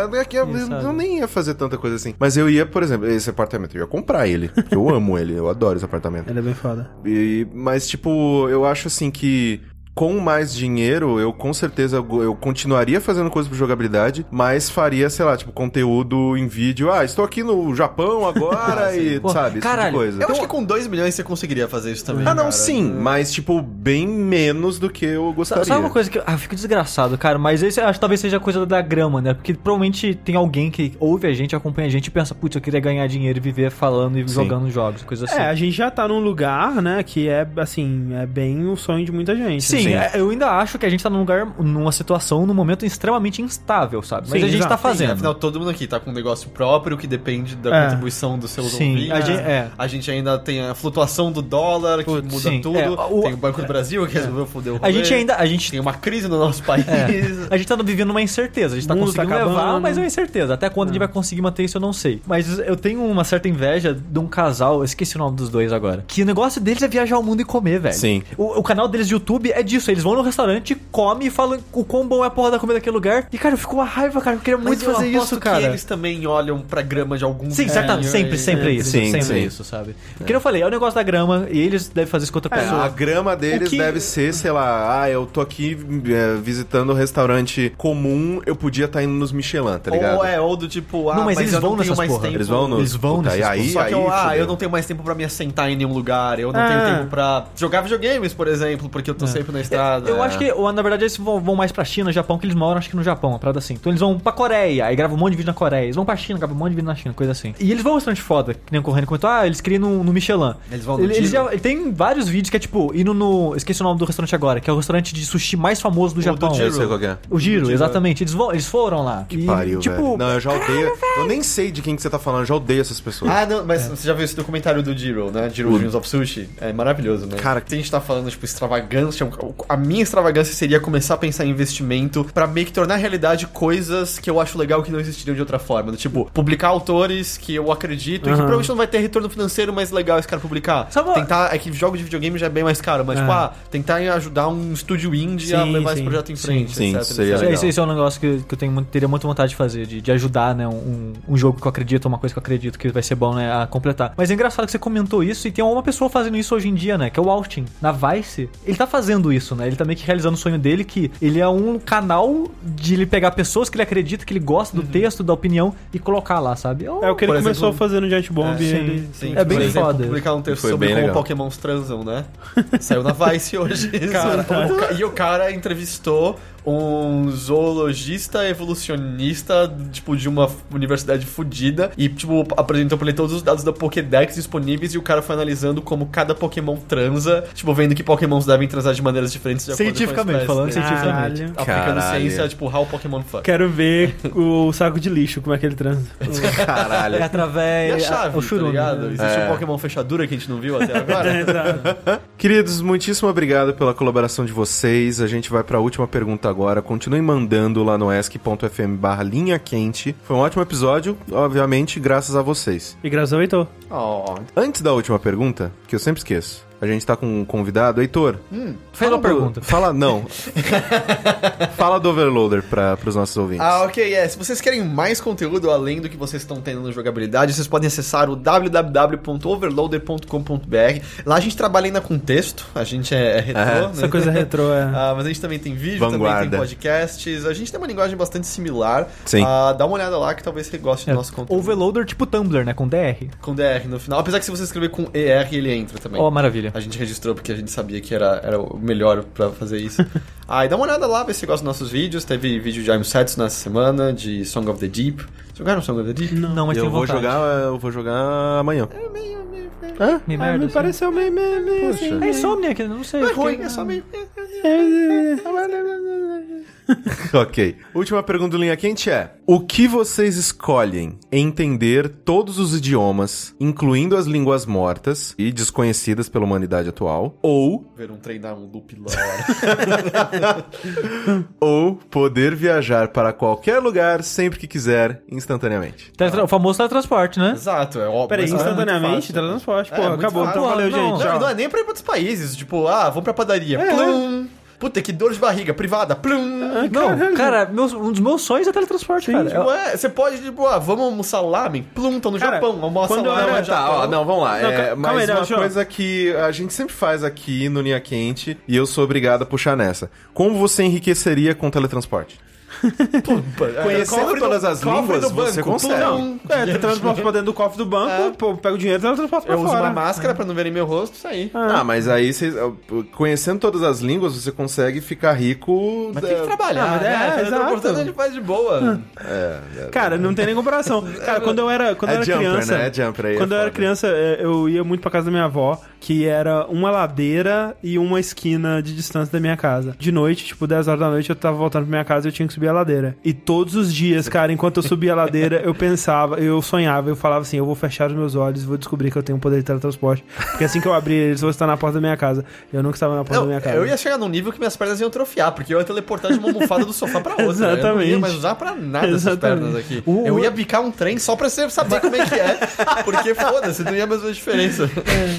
eu nem ia fazer tanta coisa assim. Mas eu ia, por exemplo, esse apartamento, eu ia comprar ele. Porque eu amo ele, eu adoro esse apartamento. Ele é bem foda. Mas, tipo, eu acho assim que... Com mais dinheiro, eu com certeza eu continuaria fazendo coisas pra jogabilidade, mas faria, sei lá, tipo, conteúdo em vídeo. Estou aqui no Japão agora e, sabe, caralho, esse tipo de coisa. Eu acho que com 2 milhões você conseguiria fazer isso também. Não, sim, mas, tipo, bem menos do que eu gostaria. Sabe uma coisa que eu fico desgraçado, cara, mas isso acho que talvez seja coisa da grama, né? Porque provavelmente tem alguém que ouve a gente, acompanha a gente e pensa, putz, eu queria ganhar dinheiro e viver falando e jogando jogos, coisas assim. A gente já tá num lugar, né, que assim, é bem o sonho de muita gente. Sim. Eu ainda acho que a gente tá numa situação, num momento extremamente instável, sabe? Mas a gente tá fazendo. Afinal, todo mundo aqui tá com um negócio próprio que depende da contribuição dos seus ouvintes. A gente ainda tem a flutuação do dólar, que muda tudo. Tem o Banco do Brasil, que resolveu foder o rolê. A gente tem uma crise no nosso país. A gente tá vivendo uma incerteza. A gente tá conseguindo levar, mas é uma incerteza. Até quando a gente vai conseguir manter isso, eu não sei. Mas eu tenho uma certa inveja de um casal, eu esqueci o nome dos dois agora, que o negócio deles é viajar ao mundo e comer, velho. Sim. O canal deles de YouTube é disso. Eles vão no restaurante, comem e falam o quão bom é a porra da comida daquele lugar. E, cara, eu fico uma raiva, cara. Eu queria muito fazer isso, cara. Que eles também olham pra grama de algum... Sim, certamente. Sempre isso. Sempre isso, sabe? Porque eu falei, é o negócio da grama e eles devem fazer isso com outra pessoa. A grama deles deve ser, sei lá, eu tô aqui visitando um restaurante comum, eu podia estar indo nos Michelin, tá ligado? Ou do tipo, não, mas eles vão nessas porra. Eles vão nessas aí, só que eu não tenho mais tempo pra me assentar em nenhum lugar, eu não tenho tempo pra jogar videogames, por exemplo, porque eu tô sempre na estrada. Eu acho que, na verdade, eles vão mais pra China, Japão, que eles moram, acho que no Japão, uma parada assim. Então eles vão pra Coreia, aí gravam um monte de vídeo na Coreia. Eles vão pra China, gravam um monte de vídeo na China, coisa assim. E eles vão ao restaurante foda, que nem o Corrêa comentou, eles queriam no Michelin. Eles vão no tem vários vídeos que é tipo, indo no... Esqueci o nome do restaurante agora, que é o restaurante de sushi mais famoso do Japão. Eu sei qual que é. O Giro, exatamente. Eles foram lá. Que pariu, velho. Não, eu já odeio. Eu nem sei de quem que você tá falando, eu já odeio essas pessoas. Não, mas você já viu esse documentário do Jiro, né? Jiro Dreams of Sushi. É maravilhoso, né? Cara, a gente tá falando, tipo, extravagância. A minha extravagância seria começar a pensar em investimento pra meio que tornar realidade coisas que eu acho legal que não existiriam de outra forma. Tipo, publicar autores que eu acredito e que provavelmente não vai ter retorno financeiro, mas legal esse cara publicar. Tentar, é que jogos de videogame já é bem mais caro, mas, tentar ajudar um estúdio indie a levar esse projeto em frente, etc. Seria legal. Esse é um negócio que eu teria muita vontade de fazer, de ajudar, né, um jogo que eu acredito, uma coisa que eu acredito que vai ser bom, né, a completar. Mas é engraçado que você comentou isso e tem uma pessoa fazendo isso hoje em dia, né, que é o Austin, na Vice. Ele tá fazendo isso, né, ele tá meio que realizando o sonho dele, que ele é um canal de ele pegar pessoas que ele acredita, que ele gosta do texto, da opinião e colocar lá, sabe? É o que ele começou a fazer no Giant Bomb. Sim, é bem foda. Publicar um texto sobre como Pokémons transam, né? Saiu na Vice hoje. E o cara entrevistou um zoologista evolucionista, tipo, de uma universidade fodida, e, tipo, apresentou pra ele todos os dados da Pokédex disponíveis, e o cara foi analisando como cada Pokémon transa, tipo, vendo que Pokémons devem transar de maneiras diferentes de acordo com a Cientificamente, espécie falando dele. cientificamente. Aplicando Caralho. ciência, tipo, how Pokémon fuck. Quero ver o saco de lixo, como é que ele transa. Caralho. É através... E a chave, o churume, tá ligado? né? Existe um Pokémon fechadura que a gente não viu até agora? Exato. Queridos, muitíssimo obrigado pela colaboração de vocês. A gente vai pra última pergunta agora. Continuem mandando lá no ask.fm/linha quente. Foi um ótimo episódio, obviamente, graças a vocês. E graças ao Heitor. Oh, Antes da última pergunta, que eu sempre esqueço, a gente tá com um convidado. Heitor, Faz uma pergunta. Fala, não. Fala do Overloader pros nossos ouvintes. ok, se vocês querem mais conteúdo além do que vocês estão tendo no Jogabilidade, vocês podem acessar o www.overloader.com.br. Lá a gente trabalha ainda com texto, a gente é retrô, né? Essa coisa retrô é... Mas a gente também tem vídeo, Vanguarda. também tem podcasts, a gente tem uma linguagem bastante similar. Sim. Dá uma olhada lá que talvez você goste do nosso conteúdo. Overloader tipo Tumblr, né? Com DR. Com DR no final, apesar que se você escrever com ER ele entra também. Oh, maravilha. A gente registrou porque a gente sabia que era o melhor pra fazer isso. E dá uma olhada lá, vê se você gosta dos nossos vídeos. Teve vídeo de I'm Setsu nessa semana, de Song of the Deep. Jogaram Song of the Deep? Não, mas eu tem vontade. eu vou jogar amanhã. Meio merda, me assim. pareceu meio assim. É Insomniac, não sei. Não é ruim, é só meio... Ok. Última pergunta do Linha Quente é: o que vocês escolhem entender todos os idiomas, incluindo as línguas mortas e desconhecidas pela humanidade atual, ou Ver treinar um loop lá. ou poder viajar para qualquer lugar sempre que quiser, instantaneamente? O famoso teletransporte, né? Exato, é óbvio. Peraí, mas é muito instantaneamente, fácil. teletransporte. É, Pô, muito acabou. fácil. Então valeu, Não, gente. Não, Tchau. não é nem pra ir pra outros países. Tipo, vamos pra padaria. Plum. Puta, que dor de barriga. Privada. Plum. Não, cara, um dos meus sonhos é teletransporte, cara. Tipo, você pode, tipo, vamos almoçar lamen? Plum, tô no Cara, Japão. Almoça quando eu lamen era- no Japão. Não, vamos lá. Não, calma mas aí, não, uma deixa eu- coisa que a gente sempre faz aqui no Linha Quente, e eu sou obrigado a puxar nessa. Como você enriqueceria com teletransporte? Conhecendo Cofre todas as cofre línguas, do banco, você consegue. plum. Teletransporte pra dentro do cofre do banco, pô, pega o dinheiro e teletransporte pra Eu uso fora. uma máscara pra não verem meu rosto, isso aí. Mas aí, conhecendo todas as línguas, você consegue ficar rico. Mas tem que trabalhar, né? Teletransportando exato. a gente faz de boa. Cara, não tem nem comparação. Cara, quando eu era Jumper, criança... né? É Jumper aí. Quando eu era criança, eu ia muito pra casa da minha avó, que era uma ladeira e uma esquina de distância da minha casa. De noite, tipo, 10 horas da noite, eu tava voltando pra minha casa e eu tinha que subir a ladeira. E todos os dias, cara, enquanto eu subia a ladeira, eu pensava, eu sonhava, eu falava assim, eu vou fechar os meus olhos e vou descobrir que eu tenho um poder de teletransporte. Porque assim que eu abrir eles, eu vou estar na porta da minha casa. Eu nunca estava na porta da minha casa. Eu ia chegar num nível que minhas pernas iam atrofiar, porque eu ia teleportar de uma almofada do sofá pra outra. Eu não Exatamente. ia mais usar pra nada essas Exatamente. pernas aqui. Eu ia bicar um trem só pra você saber como é que é. Porque foda-se, não ia mais ver a diferença.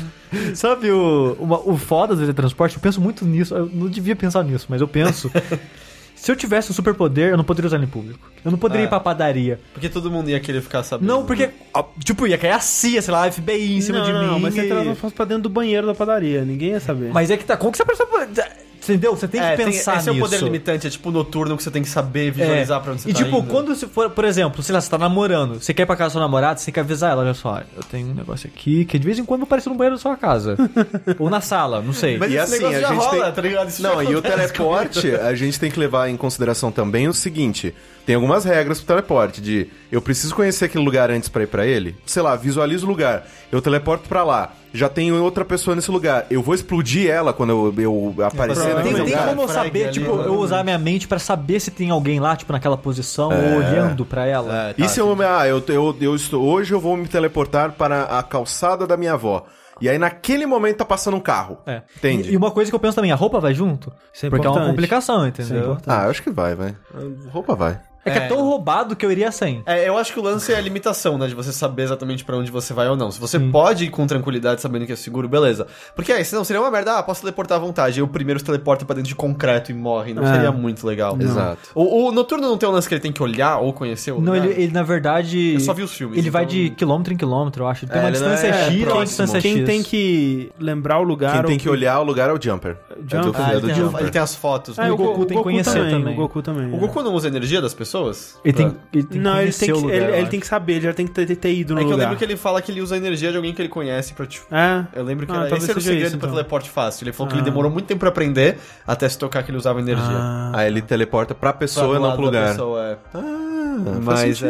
Sabe o foda do teletransporte? Eu penso muito nisso. Eu não devia pensar nisso, mas eu penso. Se eu tivesse um superpoder, eu não poderia usar ele em público. Eu não poderia ir pra padaria. Porque todo mundo ia querer ficar sabendo. Não, porque, tipo, ia cair a CIA, sei lá, a FBI em cima de mim. Não, mas você e- teletransporte pra dentro do banheiro da padaria. Ninguém ia saber. Mas é que tá, como que você pensa? Entendeu? Você tem que pensar esse é o nisso. poder limitante, é tipo noturno que você tem que saber visualizar pra onde você E tá tipo, indo. quando você for, por exemplo, sei lá, você tá namorando, você quer ir pra casa da sua namorada, você tem que avisar ela, olha só, eu tenho um negócio aqui que de vez em quando aparece no banheiro da sua casa. Ou na sala, não sei. Mas E esse assim, negócio a já gente rola, tem... tá ligado? Isso Não, já e o acontece teleporte, a gente tem que levar em consideração também o seguinte: tem algumas regras pro teleporte, de eu preciso conhecer aquele lugar antes pra ir pra ele. Sei lá, visualizo o lugar, eu teleporto pra lá, já tem outra pessoa nesse lugar, eu vou explodir ela quando eu aparecer naquele Tem lugar. como eu Frag saber, ali, tipo, né? eu usar minha mente pra saber se tem alguém lá, tipo, naquela posição, ou olhando pra ela. E se eu estou, hoje eu vou me teleportar para a calçada da minha avó. E aí naquele momento tá passando um carro. É. Entende? E uma coisa que eu penso também, a roupa vai junto? Isso é Porque é uma importante. complicação, Isso é entendeu? importante. Ah, eu acho que vai. Roupa vai. É que é tão roubado que eu iria sem. Eu acho que o lance é a limitação, né? De você saber exatamente pra onde você vai ou não. Se você pode ir com tranquilidade sabendo que é seguro, beleza. Porque aí, senão seria uma merda, posso teleportar à vontade. E o primeiro se teleporta pra dentro de concreto e morre. Não seria muito legal. Exato. O Noturno não tem um lance que ele tem que olhar ou conhecer o Não, lugar? ele na verdade... Eu só vi os filmes, Ele vai então- de quilômetro em quilômetro, eu acho. Tem uma ele não distância é X e uma próximo. distância Quem X. tem que lembrar o lugar... Quem ou tem que olhar o lugar é o Jumper. Jumper. É do ele Jumper. tem as fotos. Ah, né? o Goku tem que conhecer também. O Goku também. O Goku não usa energia das pessoas? pessoas? Ele tem que Não, ele conhecer tem o que, lugar, eu ele acho. tem que saber, ele já tem que ter ido no É que eu lugar. lembro que ele fala que ele usa a energia de alguém que ele conhece pra, tipo... É. Eu lembro que talvez esse era o seja segredo isso, pra então. teleporte fácil. Ele falou que ele demorou muito tempo pra aprender até se tocar que ele usava energia. Aí ele teleporta pra pessoa, Pra não lado pro da lugar. pessoa, Faz Mas sentido.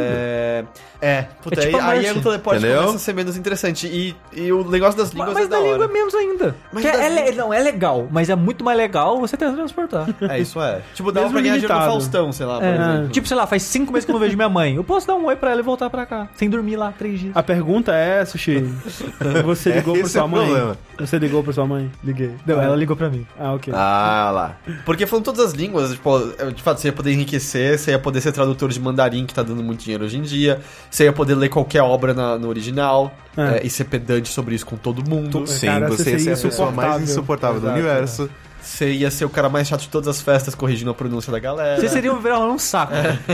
puta, É tipo a aí Mercy. o teleporte Entendeu? começa a ser menos interessante. E o negócio das línguas Mas é da da língua é hora. menos ainda. Mas Que da língua- não, é legal, mas é muito mais legal você teletransportar. Isso é. Tipo, dava Mesmo pra ganhar dinheiro no limitado. Faustão, sei lá, por É. exemplo. Tipo, sei lá, faz 5 meses que eu não vejo minha mãe. Eu posso dar um oi pra ela e voltar pra cá. Sem dormir lá 3 dias. A pergunta é, Sushi, você ligou pra Esse sua é o mãe? problema. Você ligou pra sua mãe? Liguei. Não, ela ligou pra mim. Ah, ok. Ah, lá. Porque falando todas as línguas, tipo, de fato, você ia poder enriquecer, você ia poder ser tradutor de mandarim, que tá dando muito dinheiro hoje em dia, você ia poder ler qualquer obra no original, e ser pedante sobre isso com todo mundo. Sim, Cara, você ia ser a pessoa mais insuportável. insuportável do Exato, universo. Você ia ser o cara mais chato de todas as festas, corrigindo a pronúncia da galera. Vocês seriam virar um saco.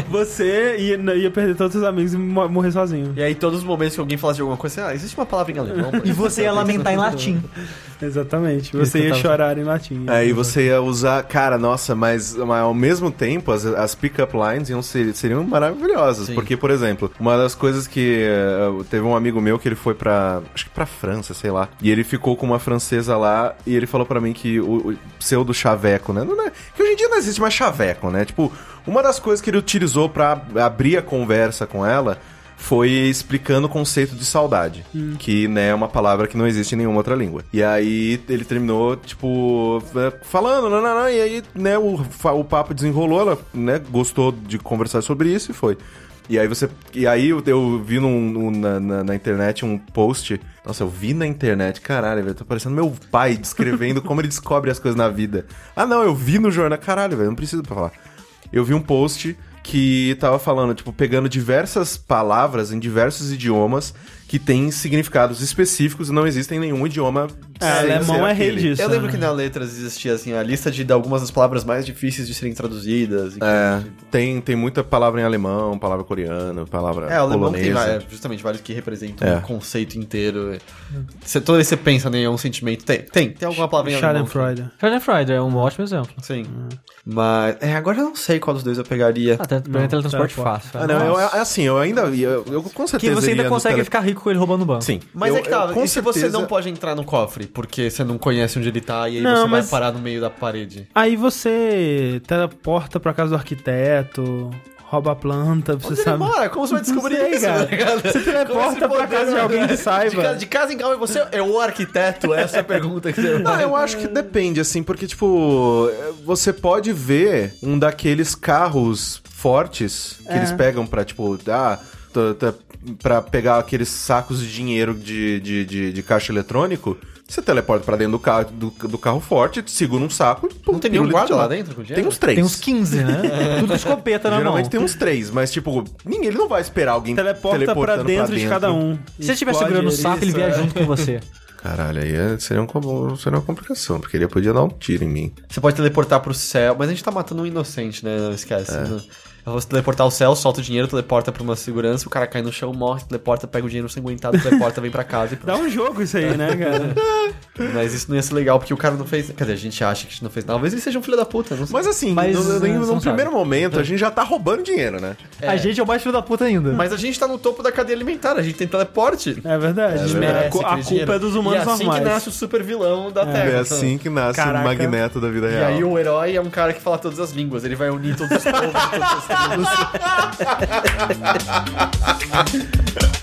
Você ia perder todos os seus amigos e morrer sozinho. E aí, todos os momentos que alguém falasse de alguma coisa, existe uma palavra em alemão. E você ia lamentar em latim. Exatamente. Você ia chorar em latim. Aí você ia usar... Cara, nossa, mas ao mesmo tempo, as pick-up lines seriam maravilhosas. Sim. Porque, por exemplo, uma das coisas que... teve um amigo meu que ele foi acho que pra França, sei lá. E ele ficou com uma francesa lá e ele falou pra mim que o pseudo chaveco, né? Que hoje em dia não existe mais chaveco, né? Tipo, uma das coisas que ele utilizou pra abrir a conversa com ela foi explicando o conceito de saudade, que, né, é uma palavra que não existe em nenhuma outra língua. E aí ele terminou, tipo, falando, e aí, né, o papo desenrolou, ela, né, gostou de conversar sobre isso e foi. E aí eu vi na internet um post. Nossa, eu vi na internet, caralho, velho. Tô parecendo meu pai descrevendo como ele descobre as coisas na vida. Ah, não, eu vi no jornal. Caralho, velho, não preciso pra falar. Eu vi um post que tava falando, tipo, pegando diversas palavras em diversos idiomas que têm significados específicos e não existem em nenhum idioma. Alemão é rei aquele. disso. Eu lembro né? que na Letras existia, assim, a lista de algumas das palavras mais difíceis de serem traduzidas. E Tem muita palavra em alemão, palavra coreana, palavra o alemão tem polonesa. justamente vários que representam um conceito inteiro. Toda vez que você pensa em um sentimento, tem alguma palavra em alemão. Schadenfreude. Schadenfreude é um ótimo exemplo. Sim. Mas, agora eu não sei qual dos dois eu pegaria. Até pra teletransporte teleporte. fácil. Ah, não, assim, eu ainda eu com certeza Que você ainda iria no consegue ficar rico com ele roubando o banco. Sim. Mas é que tá, com e se você certeza- não pode entrar no cofre, porque você não conhece onde ele tá, e aí Não, você vai mas- parar no meio da parede? Aí você teleporta pra casa do arquiteto, rouba a planta, você Onde ele sabe. mora? Como você vai descobrir Não sei, isso? cara. tá ligado? Você teleporta pra casa de alguém que saiba. De casa em casa, você é o arquiteto? Essa é a pergunta que você Ah, eu acho que depende, assim, porque, tipo, você pode ver um daqueles carros fortes que eles pegam pra, tipo, pra pegar aqueles sacos de dinheiro de caixa eletrônico. Você teleporta pra dentro do carro forte, segura um saco e... Não tem nenhum guarda lá dentro com dinheiro? Tem uns 3. Tem uns 15, né? Tudo com escopeta na mão. Geralmente tem uns 3, mas, tipo, ele não vai esperar alguém Teleporta pra teleportando dentro de cada um. Se você estiver Explode segurando o saco, ele vier eriça. junto com você. Caralho, aí seria uma complicação, porque ele podia dar um tiro em mim. Você pode teleportar pro céu, mas a gente tá matando um inocente, né? Não esquece. Eu vou teleportar ao céu, solta o dinheiro, teleporta pra uma segurança, o cara cai no chão, morre, teleporta, pega o dinheiro sanguentado, teleporta, vem pra casa e Dá pronto. um jogo isso aí, né, cara? Mas isso não ia ser legal, porque o cara não fez... Quer dizer, a gente acha que a gente não fez nada. Talvez ele seja um filho da puta, não sei. Mas assim, Mas, no você não primeiro sabe. momento, a gente já tá roubando dinheiro, né? A gente é o mais filho da puta ainda. Mas a gente tá no topo da cadeia alimentar, a gente tem teleporte. É verdade. A gente merece A aquele culpa dinheiro. é dos humanos E é assim normais. que nasce o super vilão da Terra. É assim que nasce Caraca. o Magneto da vida E real. aí o herói é um cara que fala todas as línguas, ele vai unir todos os povos, todas as tribos.